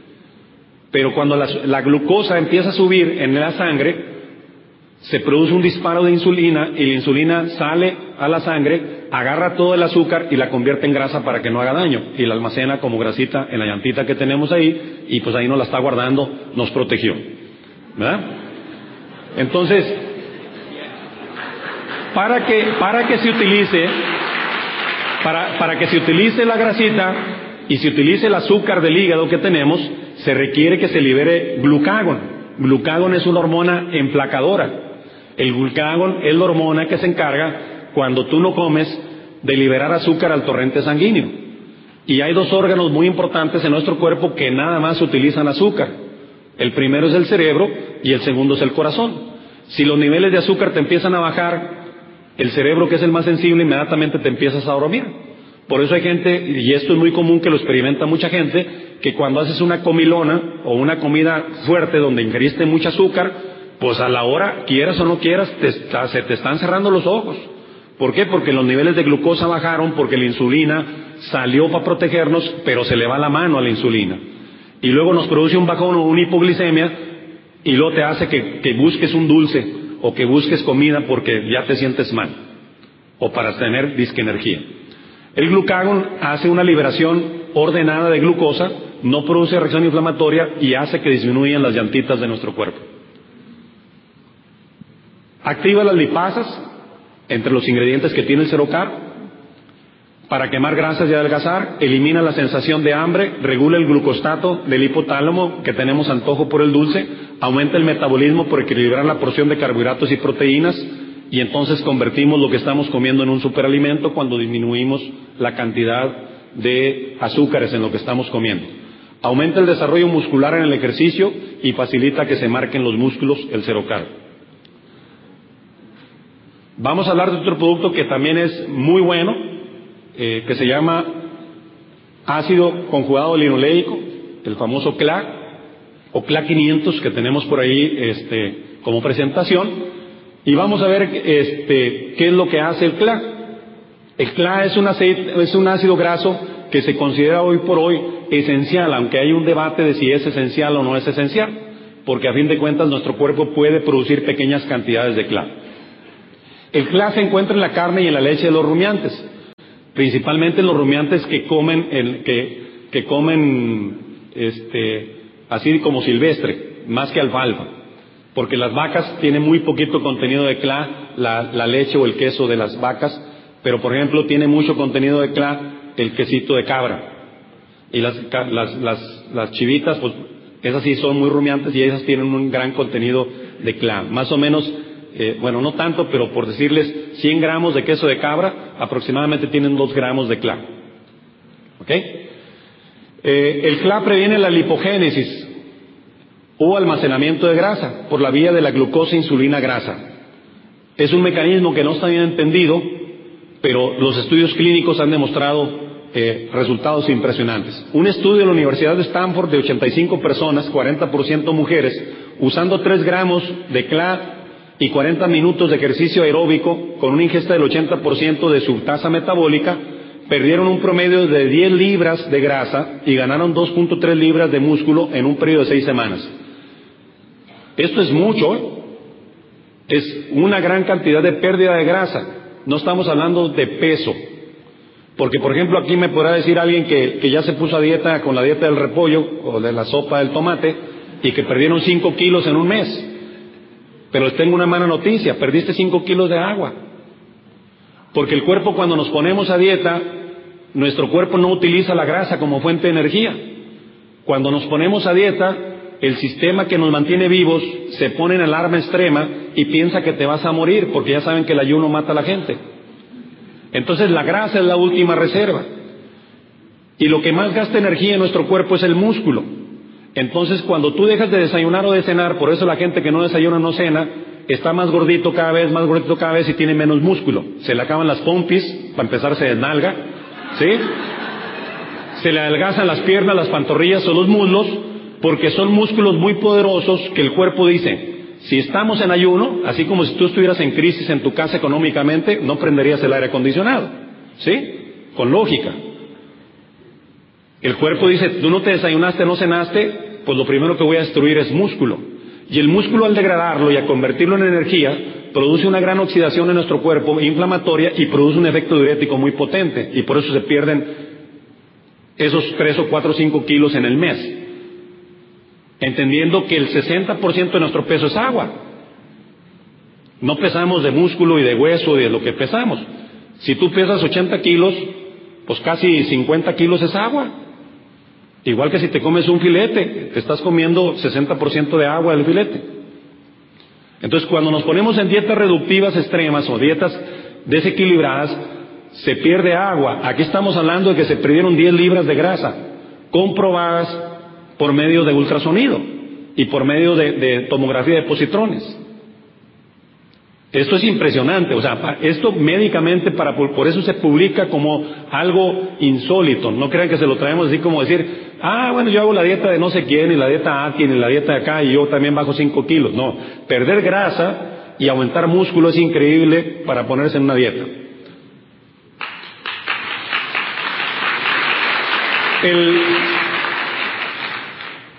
Pero cuando la glucosa empieza a subir en la sangre, se produce un disparo de insulina, y la insulina sale a la sangre, agarra todo el azúcar y la convierte en grasa para que no haga daño, y la almacena como grasita en la llantita que tenemos ahí, y pues ahí nos la está guardando, nos protegió, ¿verdad? Entonces, para que se utilice la grasita y se utilice el azúcar del hígado que tenemos, se requiere que se libere glucagón. Glucagón es una hormona emplacadora. El glucagón es la hormona que se encarga, cuando tú no comes, de liberar azúcar al torrente sanguíneo. Y hay 2 órganos muy importantes en nuestro cuerpo que nada más utilizan azúcar. El primero es el cerebro y el segundo es el corazón. Si los niveles de azúcar te empiezan a bajar, el cerebro, que es el más sensible, inmediatamente te empiezas a dormir. Por eso hay gente, y esto es muy común que lo experimenta mucha gente, que cuando haces una comilona o una comida fuerte donde ingeriste mucho azúcar, pues a la hora, quieras o no quieras, se te están cerrando los ojos. ¿Por qué? Porque los niveles de glucosa bajaron, porque la insulina salió para protegernos, pero se le va la mano a la insulina. Y luego nos produce un bajón o una hipoglicemia, y luego te hace que busques un dulce o que busques comida porque ya te sientes mal o para tener disque energía. El glucagón hace una liberación ordenada de glucosa, no produce reacción inflamatoria y hace que disminuyan las llantitas de nuestro cuerpo. Activa las lipasas, entre los ingredientes que tiene el Cerocar, para quemar grasas y adelgazar, elimina la sensación de hambre, regula el glucostato del hipotálamo, que tenemos antojo por el dulce, aumenta el metabolismo por equilibrar la porción de carbohidratos y proteínas, y entonces convertimos lo que estamos comiendo en un superalimento cuando disminuimos la cantidad de azúcares en lo que estamos comiendo. Aumenta el desarrollo muscular en el ejercicio y facilita que se marquen los músculos el Cerocar. Vamos a hablar de otro producto que también es muy bueno, que se llama ácido conjugado linoleico, el famoso CLA o CLA 500 que tenemos por ahí como presentación. Y vamos a ver qué es lo que hace el CLA. El CLA es un ácido graso que se considera hoy por hoy esencial, aunque hay un debate de si es esencial o no es esencial, porque a fin de cuentas nuestro cuerpo puede producir pequeñas cantidades de CLA. El CLA se encuentra en la carne y en la leche de los rumiantes, principalmente en los rumiantes que comen así como silvestre, más que alfalfa, porque las vacas tienen muy poquito contenido de CLA, la leche o el queso de las vacas, pero por ejemplo tiene mucho contenido de CLA el quesito de cabra. Y las chivitas, pues esas sí son muy rumiantes y esas tienen un gran contenido de CLA, más o menos. Bueno, no tanto, pero por decirles, 100 gramos de queso de cabra aproximadamente tienen 2 gramos de CLA. ¿Ok? El CLA previene la lipogénesis o almacenamiento de grasa por la vía de la glucosa insulina grasa. Es un mecanismo que no está bien entendido, pero los estudios clínicos han demostrado resultados impresionantes. Un estudio de la Universidad de Stanford de 85 personas, 40% mujeres, usando 3 gramos de CLA y 40 minutos de ejercicio aeróbico con una ingesta del 80% de su tasa metabólica, perdieron un promedio de 10 libras de grasa y ganaron 2.3 libras de músculo en un periodo de 6 semanas. Esto es mucho, es una gran cantidad de pérdida de grasa. No estamos hablando de peso, porque por ejemplo aquí me podrá decir alguien que ya se puso a dieta con la dieta del repollo o de la sopa del tomate y que perdieron 5 kilos en un mes. Pero les tengo una mala noticia, perdiste 5 kilos de agua. Porque el cuerpo, cuando nos ponemos a dieta, nuestro cuerpo no utiliza la grasa como fuente de energía. Cuando nos ponemos a dieta, el sistema que nos mantiene vivos se pone en alarma extrema y piensa que te vas a morir, porque ya saben que el ayuno mata a la gente. Entonces la grasa es la última reserva. Y lo que más gasta energía en nuestro cuerpo es el músculo. Entonces cuando tú dejas de desayunar o de cenar, por eso la gente que no desayuna no cena, está más gordito cada vez y tiene menos músculo. Se le acaban las pompis, para empezar se desnalga, ¿sí? Se le adelgazan las piernas, las pantorrillas o los muslos, porque son músculos muy poderosos que el cuerpo dice, si estamos en ayuno, así como si tú estuvieras en crisis en tu casa económicamente, no prenderías el aire acondicionado, ¿sí? Con lógica. El cuerpo dice, tú no te desayunaste, no cenaste, pues lo primero que voy a destruir es músculo. Y el músculo, al degradarlo y a convertirlo en energía, produce una gran oxidación en nuestro cuerpo, inflamatoria, y produce un efecto diurético muy potente. Y por eso se pierden esos 3 o 4 o 5 kilos en el mes. Entendiendo que el 60% de nuestro peso es agua. No pesamos de músculo y de hueso y de lo que pesamos. Si tú pesas 80 kilos, pues casi 50 kilos es agua. Igual que si te comes un filete, te estás comiendo 60% de agua del filete. Entonces cuando nos ponemos en dietas reductivas extremas o dietas desequilibradas, se pierde agua. Aquí estamos hablando de que se perdieron 10 libras de grasa, comprobadas por medio de ultrasonido y por medio de tomografía de positrones. Esto es impresionante, o sea, esto médicamente, por eso se publica como algo insólito. No crean que se lo traemos así como decir, bueno, yo hago la dieta de no sé quién, y la dieta Atkins, y la dieta de acá, y yo también bajo 5 kilos. No, perder grasa y aumentar músculo es increíble para ponerse en una dieta.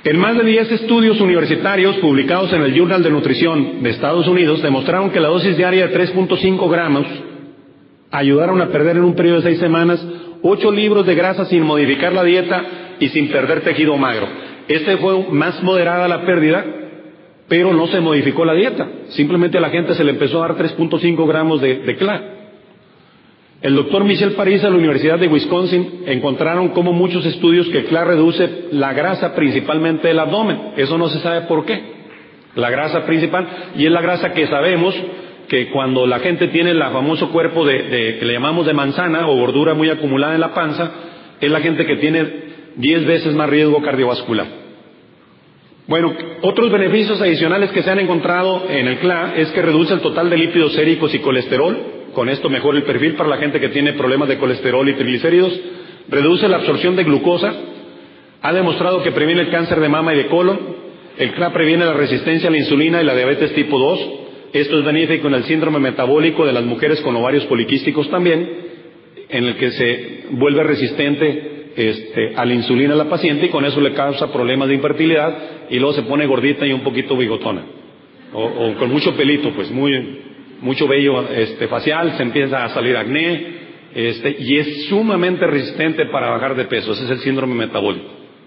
En más de 10 estudios universitarios publicados en el Journal de Nutrición de Estados Unidos demostraron que la dosis diaria de 3.5 gramos ayudaron a perder en un periodo de 6 semanas 8 libras de grasa sin modificar la dieta y sin perder tejido magro. Fue más moderada la pérdida, pero no se modificó la dieta. Simplemente a la gente se le empezó a dar 3.5 gramos de CLA. El doctor Michel Paris de la Universidad de Wisconsin encontraron como muchos estudios que CLA reduce la grasa principalmente del abdomen. Eso no se sabe por qué. La grasa principal, y es la grasa que sabemos que cuando la gente tiene el famoso cuerpo que le llamamos de manzana o gordura muy acumulada en la panza, es la gente que tiene 10 veces más riesgo cardiovascular. Bueno, otros beneficios adicionales que se han encontrado en el CLA es que reduce el total de lípidos séricos y colesterol. Con esto mejora el perfil para la gente que tiene problemas de colesterol y triglicéridos. Reduce la absorción de glucosa. Ha demostrado que previene el cáncer de mama y de colon. El CLA previene la resistencia a la insulina y la diabetes tipo 2. Esto es benéfico en el síndrome metabólico de las mujeres con ovarios poliquísticos también, en el que se vuelve resistente a la insulina a la paciente y con eso le causa problemas de infertilidad y luego se pone gordita y un poquito bigotona. O con mucho pelito, pues mucho vello facial, se empieza a salir acné, y es sumamente resistente para bajar de peso. Ese es el síndrome metabólico.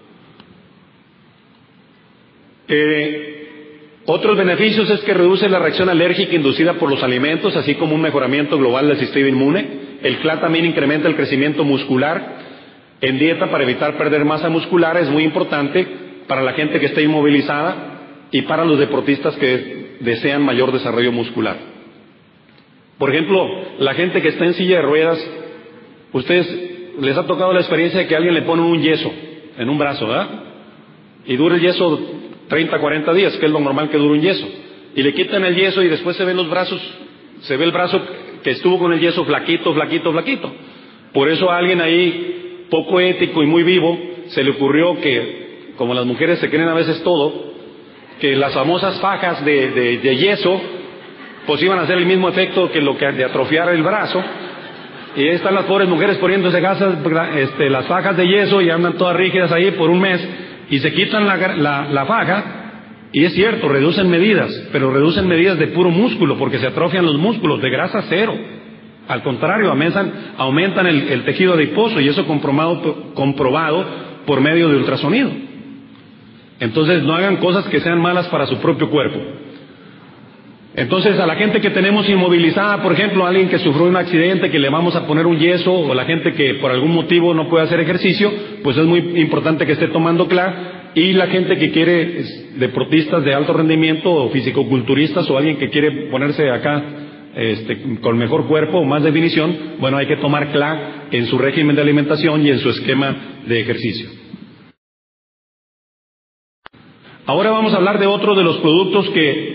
Otros beneficios es que reduce la reacción alérgica inducida por los alimentos, así como un mejoramiento global del sistema inmune. El CLA también incrementa el crecimiento muscular. En dieta, para evitar perder masa muscular, es muy importante para la gente que está inmovilizada y para los deportistas que desean mayor desarrollo muscular. Por ejemplo, la gente que está en silla de ruedas, ustedes les ha tocado la experiencia de que a alguien le pone un yeso en un brazo, ¿verdad? Y dura el yeso 30, 40 días, que es lo normal que dure un yeso. Y le quitan el yeso y después se ven los brazos, se ve el brazo que estuvo con el yeso flaquito, flaquito, flaquito. Por eso a alguien ahí, poco ético y muy vivo, se le ocurrió que, como las mujeres se creen a veces todo, que las famosas fajas de yeso, pues iban a hacer el mismo efecto que lo que de atrofiar el brazo. Y ahí están las pobres mujeres poniéndose las fajas de yeso y andan todas rígidas ahí por un mes y se quitan la faja. Y es cierto, reducen medidas, pero reducen medidas de puro músculo porque se atrofian los músculos, de grasa cero. Al contrario, aumentan el tejido adiposo y eso comprobado por medio de ultrasonido. Entonces no hagan cosas que sean malas para su propio cuerpo. Entonces, a la gente que tenemos inmovilizada, por ejemplo, a alguien que sufrió un accidente, que le vamos a poner un yeso, o la gente que por algún motivo no puede hacer ejercicio, pues es muy importante que esté tomando CLA. Y la gente que quiere, deportistas de alto rendimiento, o fisicoculturistas, o alguien que quiere ponerse acá con mejor cuerpo o más definición, bueno, hay que tomar CLA en su régimen de alimentación y en su esquema de ejercicio. Ahora vamos a hablar de otro de los productos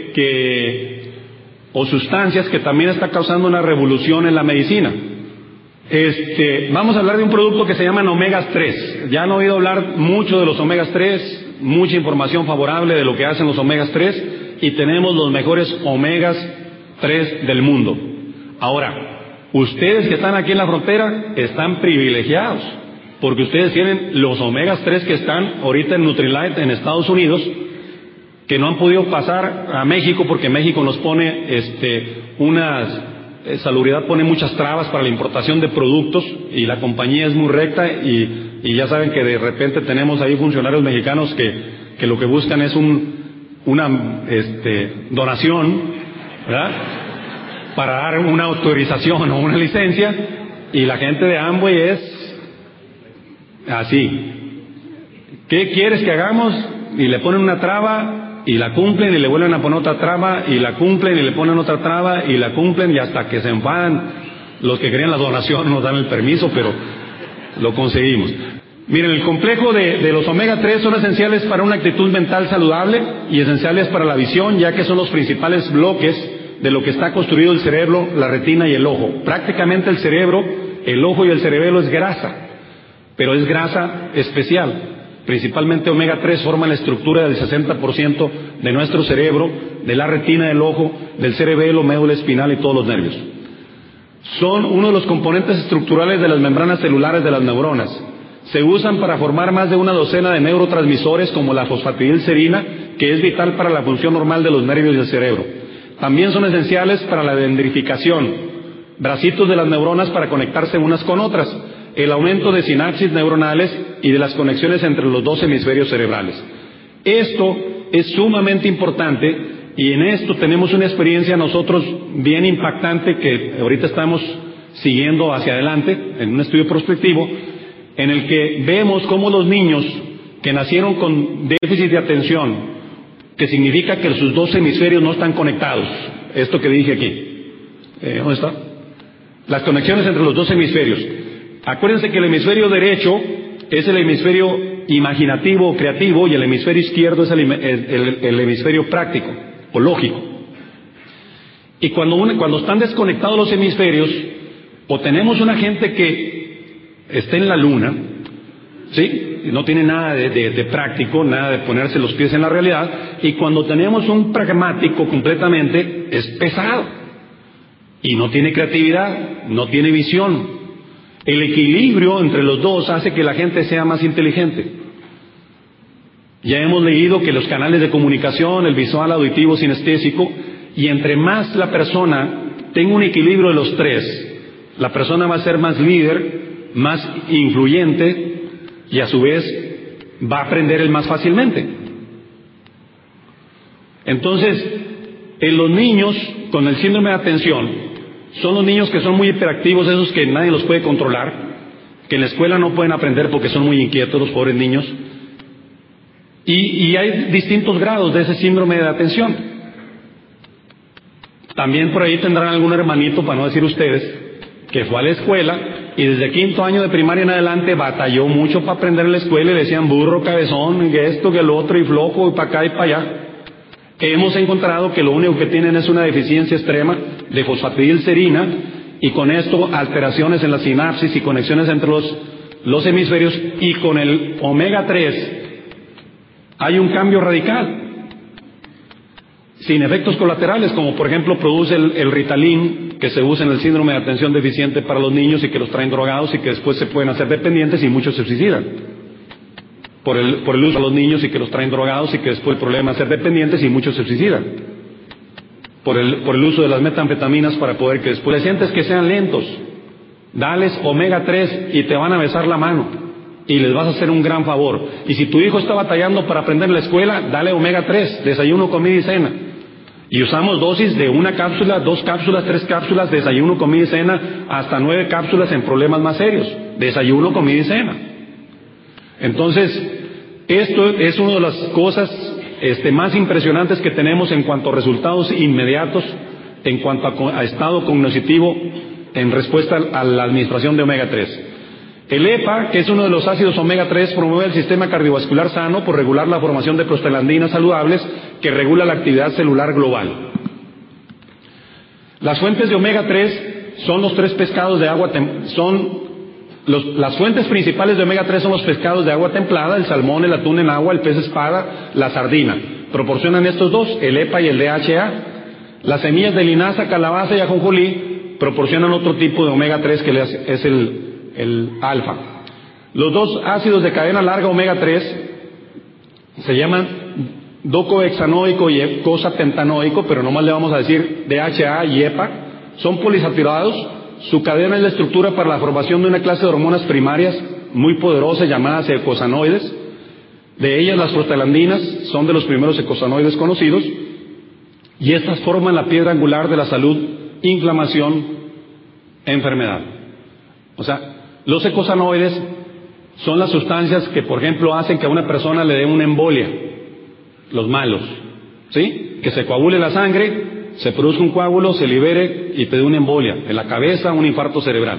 o sustancias que también está causando una revolución en la medicina. Vamos a hablar de un producto que se llaman omegas 3. Ya han oído hablar mucho de los omegas 3, mucha información favorable de lo que hacen los omegas 3, y tenemos los mejores omegas 3 del mundo. Ahora, ustedes que están aquí en la frontera están privilegiados, porque ustedes tienen los omegas 3 que están ahorita en Nutrilite en Estados Unidos, que no han podido pasar a México porque México nos pone salubridad pone muchas trabas para la importación de productos y la compañía es muy recta y ya saben que de repente tenemos ahí funcionarios mexicanos que lo que buscan es una donación, ¿verdad?, para dar una autorización o una licencia, y la gente de Amway es así. ¿Qué quieres que hagamos? Y le ponen una traba y la cumplen y le vuelven a poner otra traba y la cumplen y le ponen otra traba y la cumplen, y hasta que se enfadan los que querían la donación nos dan el permiso, pero lo conseguimos. Miren, el complejo de los omega 3 son esenciales para una actitud mental saludable y esenciales para la visión, ya que son los principales bloques de lo que está construido el cerebro, la retina y el ojo. Prácticamente el cerebro, el ojo y el cerebelo es grasa, pero es grasa especial. Principalmente omega 3 forman la estructura del 60% de nuestro cerebro, de la retina del ojo, del cerebelo, médula espinal y todos los nervios. Son uno de los componentes estructurales de las membranas celulares de las neuronas. se usan para formar más de una docena de neurotransmisores como la fosfatidilcerina, que es vital para la función normal de los nervios del cerebro. También son esenciales para la dendrificación, bracitos de las neuronas para conectarse unas con otras, el aumento de sinapsis neuronales y de las conexiones entre los dos hemisferios cerebrales. Esto es sumamente importante y en esto tenemos una experiencia nosotros bien impactante que ahorita estamos siguiendo hacia adelante en un estudio prospectivo en el que vemos cómo los niños que nacieron con déficit de atención, que significa que sus dos hemisferios no están conectados, esto que dije aquí, ¿dónde está? Las conexiones entre los dos hemisferios. Acuérdense que el hemisferio derecho es el hemisferio imaginativo o creativo y el hemisferio izquierdo es el hemisferio práctico o lógico. Y cuando están desconectados los hemisferios, o tenemos una gente que está en la luna, ¿sí? No tiene nada de práctico, nada de ponerse los pies en la realidad, y cuando tenemos un pragmático completamente, es pesado, y no tiene creatividad, no tiene visión. El equilibrio entre los dos hace que la gente sea más inteligente. Ya hemos leído que los canales de comunicación, el visual, auditivo, sinestésico, y entre más la persona tenga un equilibrio de los tres, la persona va a ser más líder, más influyente y a su vez va a aprender más fácilmente. Entonces, en los niños con el síndrome de atención, son los niños que son muy hiperactivos, esos que nadie los puede controlar, que en la escuela no pueden aprender porque son muy inquietos los pobres niños, y hay distintos grados de ese síndrome de atención. También por ahí tendrán algún hermanito, para no decir ustedes, que fue a la escuela y desde quinto año de primaria en adelante batalló mucho para aprender en la escuela y le decían burro, cabezón, y esto, que el otro, y flojo, y para acá y para allá. Hemos encontrado que lo único que tienen es una deficiencia extrema de fosfatidilcerina y con esto alteraciones en la sinapsis y conexiones entre los hemisferios, y con el omega 3 hay un cambio radical, sin efectos colaterales, como por ejemplo produce el Ritalin, que se usa en el síndrome de atención deficiente para los niños y que los traen drogados y que después se pueden hacer dependientes y muchos se suicidan por el uso a los niños y que los traen drogados y que después el problema es ser dependientes y muchos se suicidan por el uso de las metanfetaminas para poder que después pacientes que sean lentos, dales omega 3 y te van a besar la mano y les vas a hacer un gran favor. Y si tu hijo está batallando para aprender en la escuela, dale omega 3, desayuno, comida y cena. Y usamos dosis de 1 cápsula, 2 cápsulas, 3 cápsulas, desayuno, comida y cena, hasta 9 cápsulas en problemas más serios, desayuno, comida y cena. Entonces, esto es una de las cosas más impresionantes que tenemos en cuanto a resultados inmediatos, en cuanto a estado cognitivo, en respuesta a la administración de omega 3. El EPA, que es uno de los ácidos omega 3, promueve el sistema cardiovascular sano por regular la formación de prostaglandinas saludables, que regula la actividad celular global. Las fuentes de omega 3 son los 3 pescados de agua las fuentes principales de omega 3 son los pescados de agua templada, el salmón, el atún en agua, el pez espada, la sardina. Proporcionan estos dos, el EPA y el DHA. Las semillas de linaza, calabaza y ajonjolí proporcionan otro tipo de omega 3 que es el alfa. Los dos ácidos de cadena larga omega 3 se llaman docohexanoico y eicosapentanoico, pero nomás le vamos a decir DHA y EPA. Son polisaturados. Su cadena es la estructura para la formación de una clase de hormonas primarias muy poderosas llamadas eicosanoides. De ellas las prostaglandinas son de los primeros eicosanoides conocidos, y estas forman la piedra angular de la salud, inflamación, enfermedad. O sea, los eicosanoides son las sustancias que, por ejemplo, hacen que a una persona le dé una embolia, los malos, ¿sí? Que se coagule la sangre, se produzca un coágulo, se libere y te dé una embolia en la cabeza, un infarto cerebral.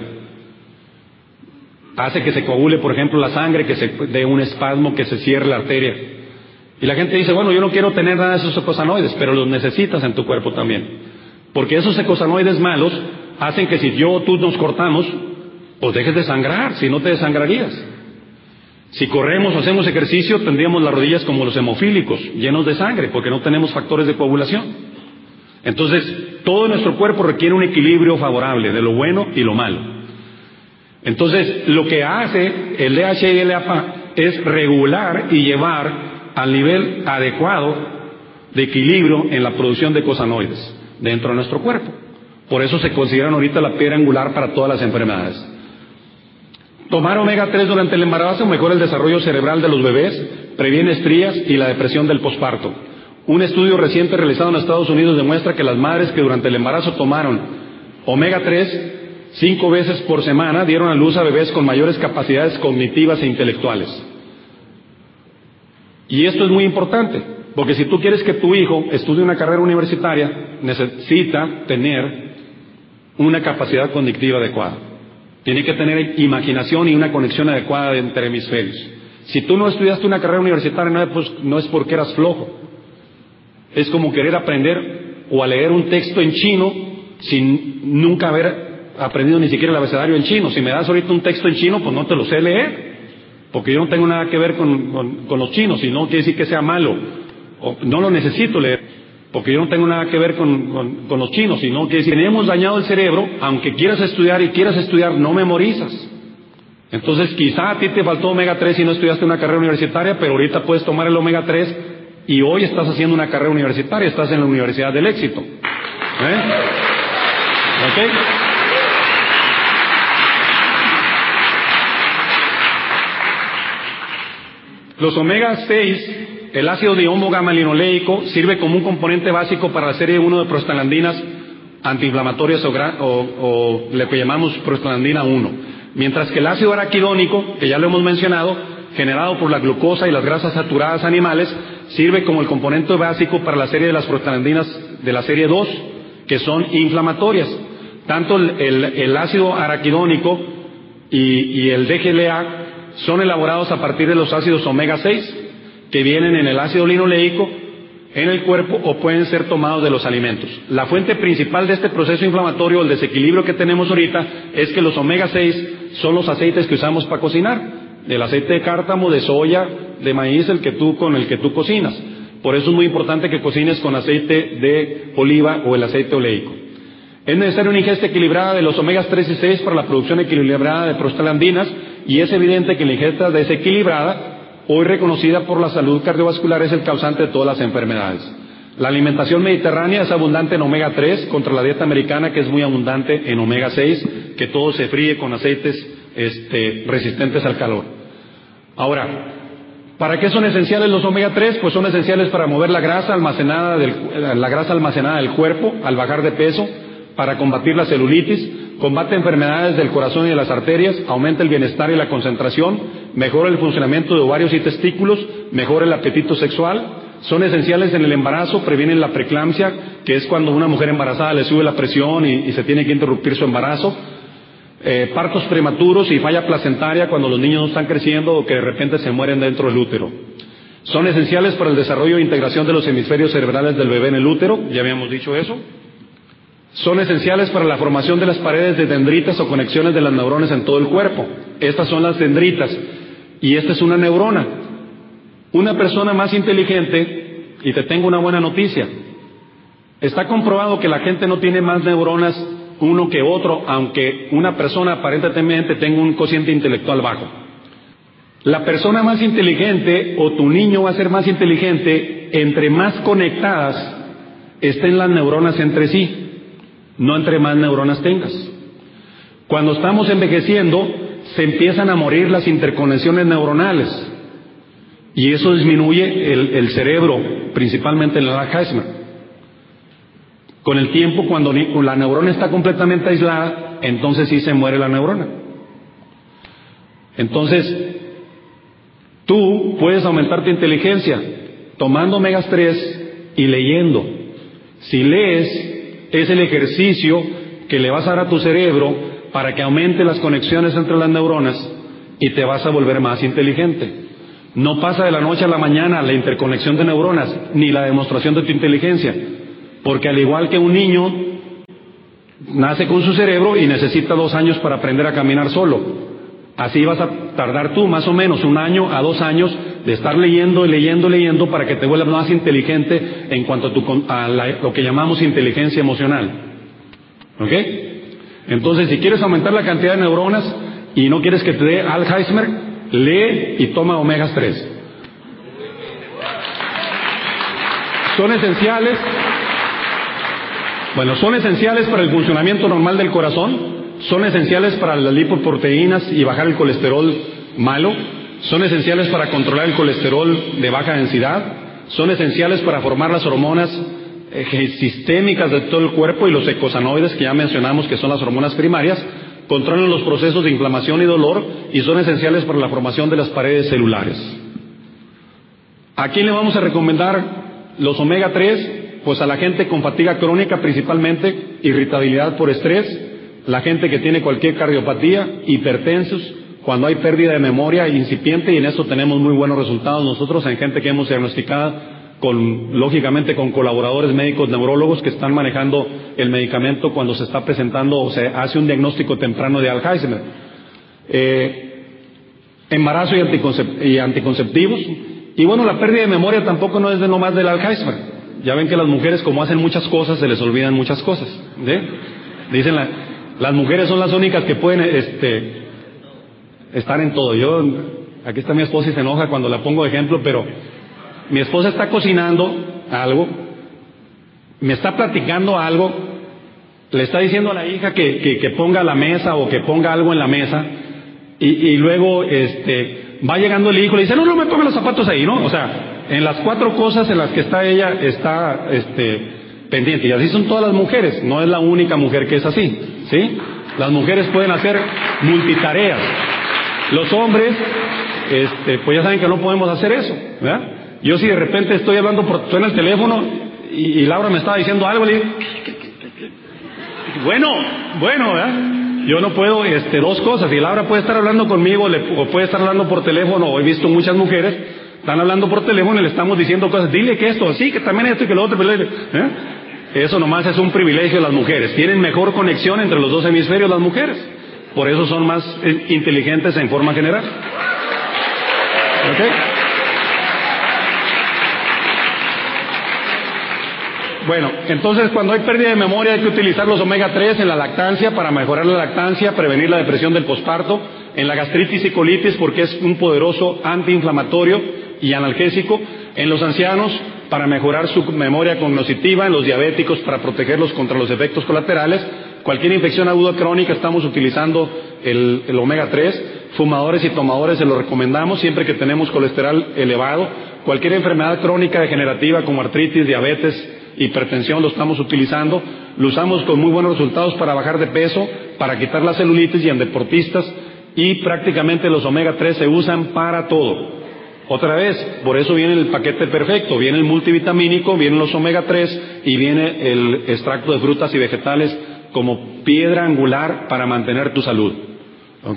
Hace que se coagule, por ejemplo, la sangre, que se dé un espasmo, que se cierre la arteria. Y la gente dice, bueno, yo no quiero tener nada de esos eicosanoides, pero los necesitas en tu cuerpo también. Porque esos eicosanoides malos hacen que si yo o tú nos cortamos, pues dejes de sangrar, si no te desangrarías. Si corremos o hacemos ejercicio, tendríamos las rodillas como los hemofílicos, llenos de sangre, porque no tenemos factores de coagulación. Entonces, todo nuestro cuerpo requiere un equilibrio favorable de lo bueno y lo malo. Entonces, lo que hace el DHA y el EAPA es regular y llevar al nivel adecuado de equilibrio en la producción de cosanoides dentro de nuestro cuerpo. Por eso se consideran ahorita la piedra angular para todas las enfermedades. Tomar omega 3 durante el embarazo mejora el desarrollo cerebral de los bebés, previene estrías y la depresión del posparto. Un estudio reciente realizado en Estados Unidos demuestra que las madres que durante el embarazo tomaron omega 3 5 veces por semana dieron a luz a bebés con mayores capacidades cognitivas e intelectuales. Y esto es muy importante, porque si tú quieres que tu hijo estudie una carrera universitaria, necesita tener una capacidad cognitiva adecuada. Tiene que tener imaginación y una conexión adecuada entre hemisferios. Si tú no estudiaste una carrera universitaria, no es porque eras flojo. Es como querer aprender o a leer un texto en chino sin nunca haber aprendido ni siquiera el abecedario en chino. Si me das ahorita un texto en chino, pues no te lo sé leer, porque yo no tengo nada que ver con los chinos, y no quiere decir que sea malo, o no lo necesito leer, porque yo no tengo nada que ver con los chinos, y no quiere decir, tenemos dañado el cerebro, aunque quieras estudiar, no memorizas. Entonces quizá a ti te faltó omega 3 y no estudiaste una carrera universitaria, pero ahorita puedes tomar el omega 3 y hoy estás haciendo una carrera universitaria, estás en la Universidad del Éxito. ¿Ok? Los omega 6, el ácido dihomogama-linoleico, sirve como un componente básico para la serie 1 de prostaglandinas antiinflamatorias o lo que llamamos prostaglandina 1. Mientras que el ácido araquidónico, que ya lo hemos mencionado, generado por la glucosa y las grasas saturadas animales, sirve como el componente básico para la serie de las prostaglandinas de la serie 2, que son inflamatorias. Tanto el ácido araquidónico y el DGLA son elaborados a partir de los ácidos omega 6 que vienen en el ácido linoleico en el cuerpo o pueden ser tomados de los alimentos. La fuente principal de este proceso inflamatorio, el desequilibrio que tenemos ahorita, es que los omega 6 son los aceites que usamos para cocinar, el aceite de cártamo, de soya, de maíz, con el que tú cocinas. Por eso es muy importante que cocines con aceite de oliva o el aceite oleico. Es necesaria una ingesta equilibrada de los omegas 3 y 6 para la producción equilibrada de prostaglandinas, y es evidente que la ingesta desequilibrada, hoy reconocida por la salud cardiovascular, es el causante de todas las enfermedades. La alimentación mediterránea es abundante en omega 3 contra la dieta americana, que es muy abundante en omega 6, que todo se fríe con aceites resistentes al calor. Ahora, ¿para qué son esenciales los omega 3? Pues son esenciales para mover la grasa almacenada del cuerpo al bajar de peso, para combatir la celulitis, combate enfermedades del corazón y de las arterias, aumenta el bienestar y la concentración, mejora el funcionamiento de ovarios y testículos, mejora el apetito sexual, son esenciales en el embarazo, previenen la preeclampsia, que es cuando una mujer embarazada le sube la presión y se tiene que interrumpir su embarazo, partos prematuros y falla placentaria cuando los niños no están creciendo o que de repente se mueren dentro del útero. Son esenciales para el desarrollo e integración de los hemisferios cerebrales del bebé en el útero, ya habíamos dicho eso. Son esenciales para la formación de las paredes de dendritas o conexiones de las neuronas en todo el cuerpo. Estas son las dendritas y esta es una neurona. Una persona más inteligente, y te tengo una buena noticia, está comprobado que la gente no tiene más neuronas uno que otro, aunque una persona aparentemente tenga un cociente intelectual bajo. La persona más inteligente o tu niño va a ser más inteligente entre más conectadas estén las neuronas entre sí, no entre más neuronas tengas. Cuando estamos envejeciendo, se empiezan a morir las interconexiones neuronales y eso disminuye el cerebro, principalmente en el Alzheimer. Con el tiempo, cuando la neurona está completamente aislada, entonces sí se muere la neurona. Entonces, tú puedes aumentar tu inteligencia tomando omegas 3 y leyendo. Si lees, es el ejercicio que le vas a dar a tu cerebro para que aumente las conexiones entre las neuronas y te vas a volver más inteligente. No pasa de la noche a la mañana la interconexión de neuronas, ni la demostración de tu inteligencia, porque al igual que un niño, nace con su cerebro y necesita 2 años para aprender a caminar solo. Así vas a tardar tú más o menos 1 año a 2 años de estar leyendo y leyendo para que te vuelvas más inteligente en cuanto a lo que llamamos inteligencia emocional. ¿Ok? Entonces, si quieres aumentar la cantidad de neuronas, y no quieres que te dé Alzheimer, lee y toma omegas 3. Son esenciales. Bueno, son esenciales para el funcionamiento normal del corazón, son esenciales para las lipoproteínas y bajar el colesterol malo, son esenciales para controlar el colesterol de baja densidad, son esenciales para formar las hormonas sistémicas de todo el cuerpo y los eicosanoides que ya mencionamos que son las hormonas primarias, controlan los procesos de inflamación y dolor y son esenciales para la formación de las paredes celulares. ¿A quién le vamos a recomendar los omega 3? Pues a la gente con fatiga crónica principalmente, irritabilidad por estrés, la gente que tiene cualquier cardiopatía, hipertensos, cuando hay pérdida de memoria incipiente, y en eso tenemos muy buenos resultados nosotros en gente que hemos diagnosticado lógicamente con colaboradores médicos neurólogos que están manejando el medicamento cuando se está presentando o se hace un diagnóstico temprano de Alzheimer. Embarazo y anticonceptivos. Y bueno, la pérdida de memoria tampoco no es de nomás del Alzheimer. Ya ven que las mujeres, como hacen muchas cosas, se les olvidan muchas cosas. Dicen las mujeres son las únicas que pueden estar en todo. Aquí está mi esposa y se enoja cuando la pongo de ejemplo, pero mi esposa está cocinando algo, me está platicando algo, le está diciendo a la hija que ponga la mesa o que ponga algo en la mesa, y luego va llegando el hijo y le dice, no me ponga los zapatos ahí, ¿no? O sea, en las 4 cosas en las que está ella está pendiente, y así son todas las mujeres, no es la única mujer que es así, ¿sí? Las mujeres pueden hacer multitareas, los hombres pues ya saben que no podemos hacer eso, ¿verdad? Yo si de repente estoy hablando suena el teléfono y Laura me estaba diciendo algo, le digo, bueno, ¿verdad? Yo no puedo 2 cosas, y Laura puede estar hablando conmigo o puede estar hablando por teléfono, o he visto muchas mujeres están hablando por teléfono y le estamos diciendo cosas, dile que esto, sí, que también esto y que lo otro, Eso nomás es un privilegio de las mujeres, tienen mejor conexión entre los 2 hemisferios las mujeres, por eso son más inteligentes en forma general. ¿Ok? Bueno, entonces cuando hay pérdida de memoria hay que utilizar los omega 3 en la lactancia para mejorar la lactancia, prevenir la depresión del posparto, en la gastritis y colitis porque es un poderoso antiinflamatorio y analgésico, en los ancianos para mejorar su memoria cognitiva, en los diabéticos para protegerlos contra los efectos colaterales, cualquier infección aguda crónica estamos utilizando el omega 3, fumadores y tomadores se lo recomendamos siempre que tenemos colesterol elevado, cualquier enfermedad crónica degenerativa como artritis, diabetes, hipertensión lo estamos utilizando, lo usamos con muy buenos resultados para bajar de peso, para quitar la celulitis y en deportistas, y prácticamente los omega 3 se usan para todo. Otra vez, por eso viene el paquete perfecto, viene el multivitamínico, vienen los omega 3 y viene el extracto de frutas y vegetales como piedra angular para mantener tu salud. ¿Ok?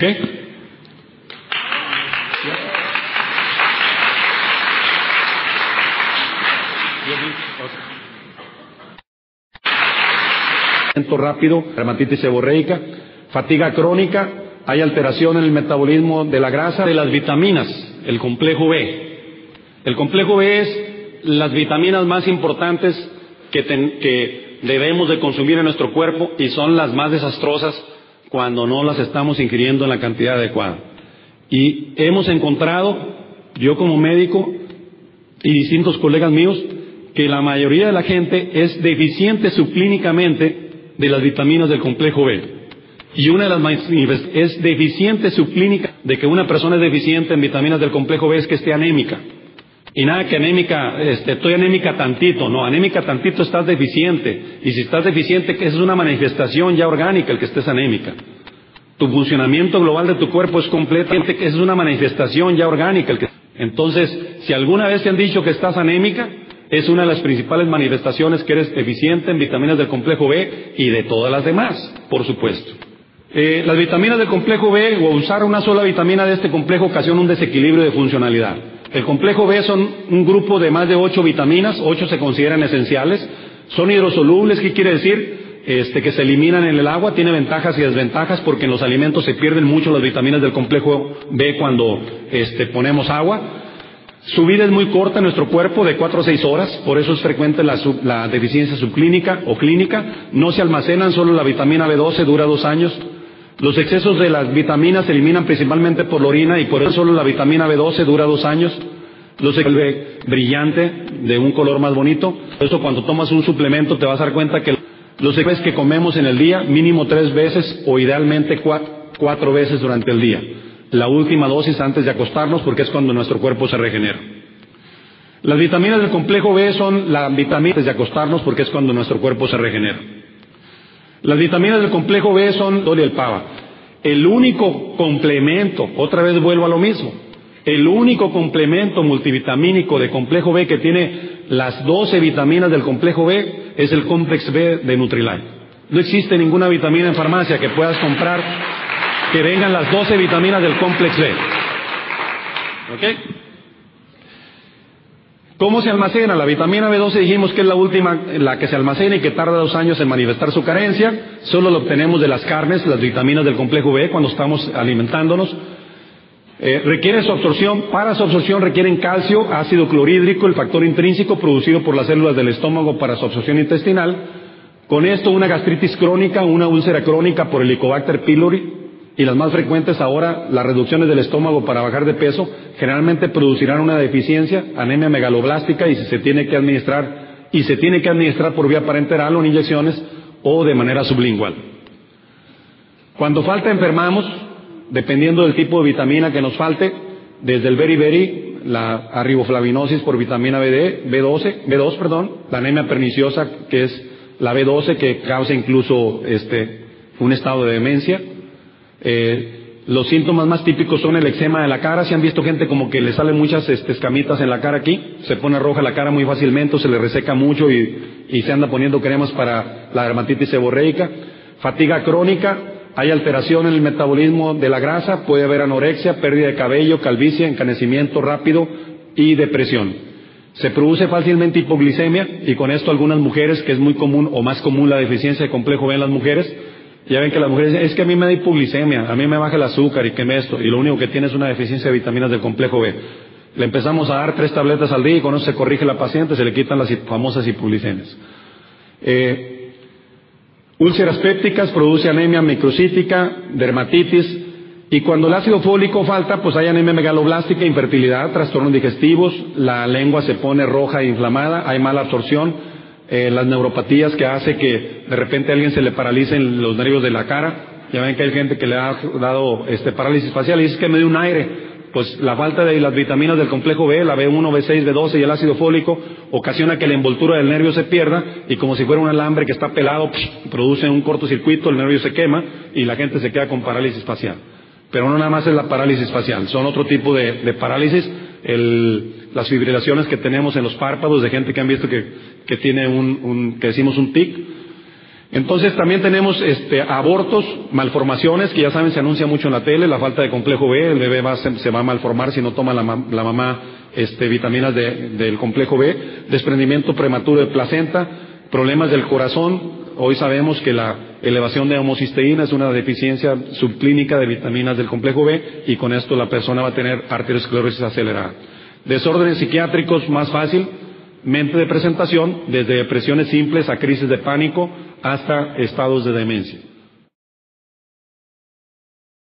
Rápido, dermatitis seborreica, fatiga crónica, hay alteración en el metabolismo de la grasa, de las vitaminas, el complejo B. El complejo B es las vitaminas más importantes que debemos de consumir en nuestro cuerpo y son las más desastrosas cuando no las estamos ingiriendo en la cantidad adecuada. Y hemos encontrado, yo como médico y distintos colegas míos, que la mayoría de la gente es deficiente subclínicamente de las vitaminas del complejo B. Y una de las manifestaciones es deficiente subclínica de que una persona es deficiente en vitaminas del complejo B es que esté anémica. Y nada que anémica, estoy anémica tantito, no, anémica tantito estás deficiente. Y si estás deficiente, esa es una manifestación ya orgánica el que estés anémica. Tu funcionamiento global de tu cuerpo es completamente, esa es una manifestación ya orgánica. Entonces, si alguna vez te han dicho que estás anémica, es una de las principales manifestaciones que eres deficiente en vitaminas del complejo B y de todas las demás, por supuesto. Las vitaminas del complejo B o usar una sola vitamina de este complejo ocasiona un desequilibrio de funcionalidad. El complejo B son un grupo de más de 8 vitaminas, 8 se consideran esenciales, son hidrosolubles, ¿qué quiere decir? Que se eliminan en el agua, tiene ventajas y desventajas porque en los alimentos se pierden mucho las vitaminas del complejo B cuando ponemos agua. Su vida es muy corta en nuestro cuerpo, de 4 a 6 horas, por eso es frecuente la deficiencia subclínica o clínica. No se almacenan, solo la vitamina B12 dura 2 años. Los excesos de las vitaminas se eliminan principalmente por la orina y por eso solo la vitamina B12 dura 2 años. Se vuelve brillante, de un color más bonito. Por eso cuando tomas un suplemento te vas a dar cuenta que los excesos que comemos en el día, mínimo 3 veces o idealmente 4 veces durante el día. La última dosis antes de acostarnos porque es cuando nuestro cuerpo se regenera. Las vitaminas del complejo B son la vitamina antes de acostarnos porque es cuando nuestro cuerpo se regenera. Las vitaminas del complejo B son Doli el Pava. El único complemento, otra vez vuelvo a lo mismo, el único complemento multivitamínico de complejo B que tiene las 12 vitaminas del complejo B es el Complex B de Nutrilite. No existe ninguna vitamina en farmacia que puedas comprar que vengan las 12 vitaminas del Complex B. ¿Ok? ¿Cómo se almacena? La vitamina B12 dijimos que es la última, la que se almacena y que tarda 2 años en manifestar su carencia. Solo lo obtenemos de las carnes, las vitaminas del complejo B cuando estamos alimentándonos. Requiere su absorción. Para su absorción requieren calcio, ácido clorhídrico, el factor intrínseco producido por las células del estómago para su absorción intestinal. Con esto una gastritis crónica, una úlcera crónica por Helicobacter pylori y las más frecuentes ahora, las reducciones del estómago para bajar de peso, generalmente producirán una deficiencia, anemia megaloblástica y se tiene que administrar por vía parenteral o en inyecciones o de manera sublingual. Cuando falta enfermamos, dependiendo del tipo de vitamina que nos falte, desde el beriberi, la arriboflavinosis por vitamina B2, la anemia perniciosa que es la B12 que causa incluso un estado de demencia. Los síntomas más típicos son el eczema de la cara. Si han visto gente como que le salen muchas escamitas en la cara aquí, se pone roja la cara muy fácilmente, se le reseca mucho y se anda poniendo cremas para la dermatitis seborreica. Fatiga crónica, hay alteración en el metabolismo de la grasa, puede haber anorexia, pérdida de cabello, calvicie, encanecimiento rápido y depresión. Se produce fácilmente hipoglicemia y con esto algunas mujeres, que es muy común o más común la deficiencia de complejo B en las mujeres, ya ven que las mujeres dicen, es que a mí me da hipoglicemia, a mí me baja el azúcar y que me esto, y lo único que tiene es una deficiencia de vitaminas del complejo B. Le empezamos a dar 3 tabletas al día y con eso se corrige la paciente, se le quitan las famosas hipoglicemias. Úlceras pépticas, produce anemia microcítica, dermatitis, y cuando el ácido fólico falta, pues hay anemia megaloblástica, infertilidad, trastornos digestivos, la lengua se pone roja e inflamada, hay mala absorción, las neuropatías que hace que de repente a alguien se le paralicen los nervios de la cara. Ya ven que hay gente que le ha dado parálisis facial y dice que me dio un aire. Pues la falta de las vitaminas del complejo B, la B1, B6, B12 y el ácido fólico ocasiona que la envoltura del nervio se pierda y como si fuera un alambre que está pelado, produce un cortocircuito, el nervio se quema y la gente se queda con parálisis facial. Pero no nada más es la parálisis facial, son otro tipo de parálisis, las fibrilaciones que tenemos en los párpados de gente que han visto que tiene que decimos un tic. Entonces también tenemos abortos, malformaciones, que ya saben se anuncia mucho en la tele, la falta de complejo B, el bebé se va a malformar si no toma la mamá vitaminas del complejo B, desprendimiento prematuro de placenta, problemas del corazón. Hoy sabemos que la elevación de homocisteína es una deficiencia subclínica de vitaminas del complejo B y con esto la persona va a tener arteriosclerosis acelerada. Desórdenes psiquiátricos más fácil, mente de presentación, desde depresiones simples a crisis de pánico hasta estados de demencia.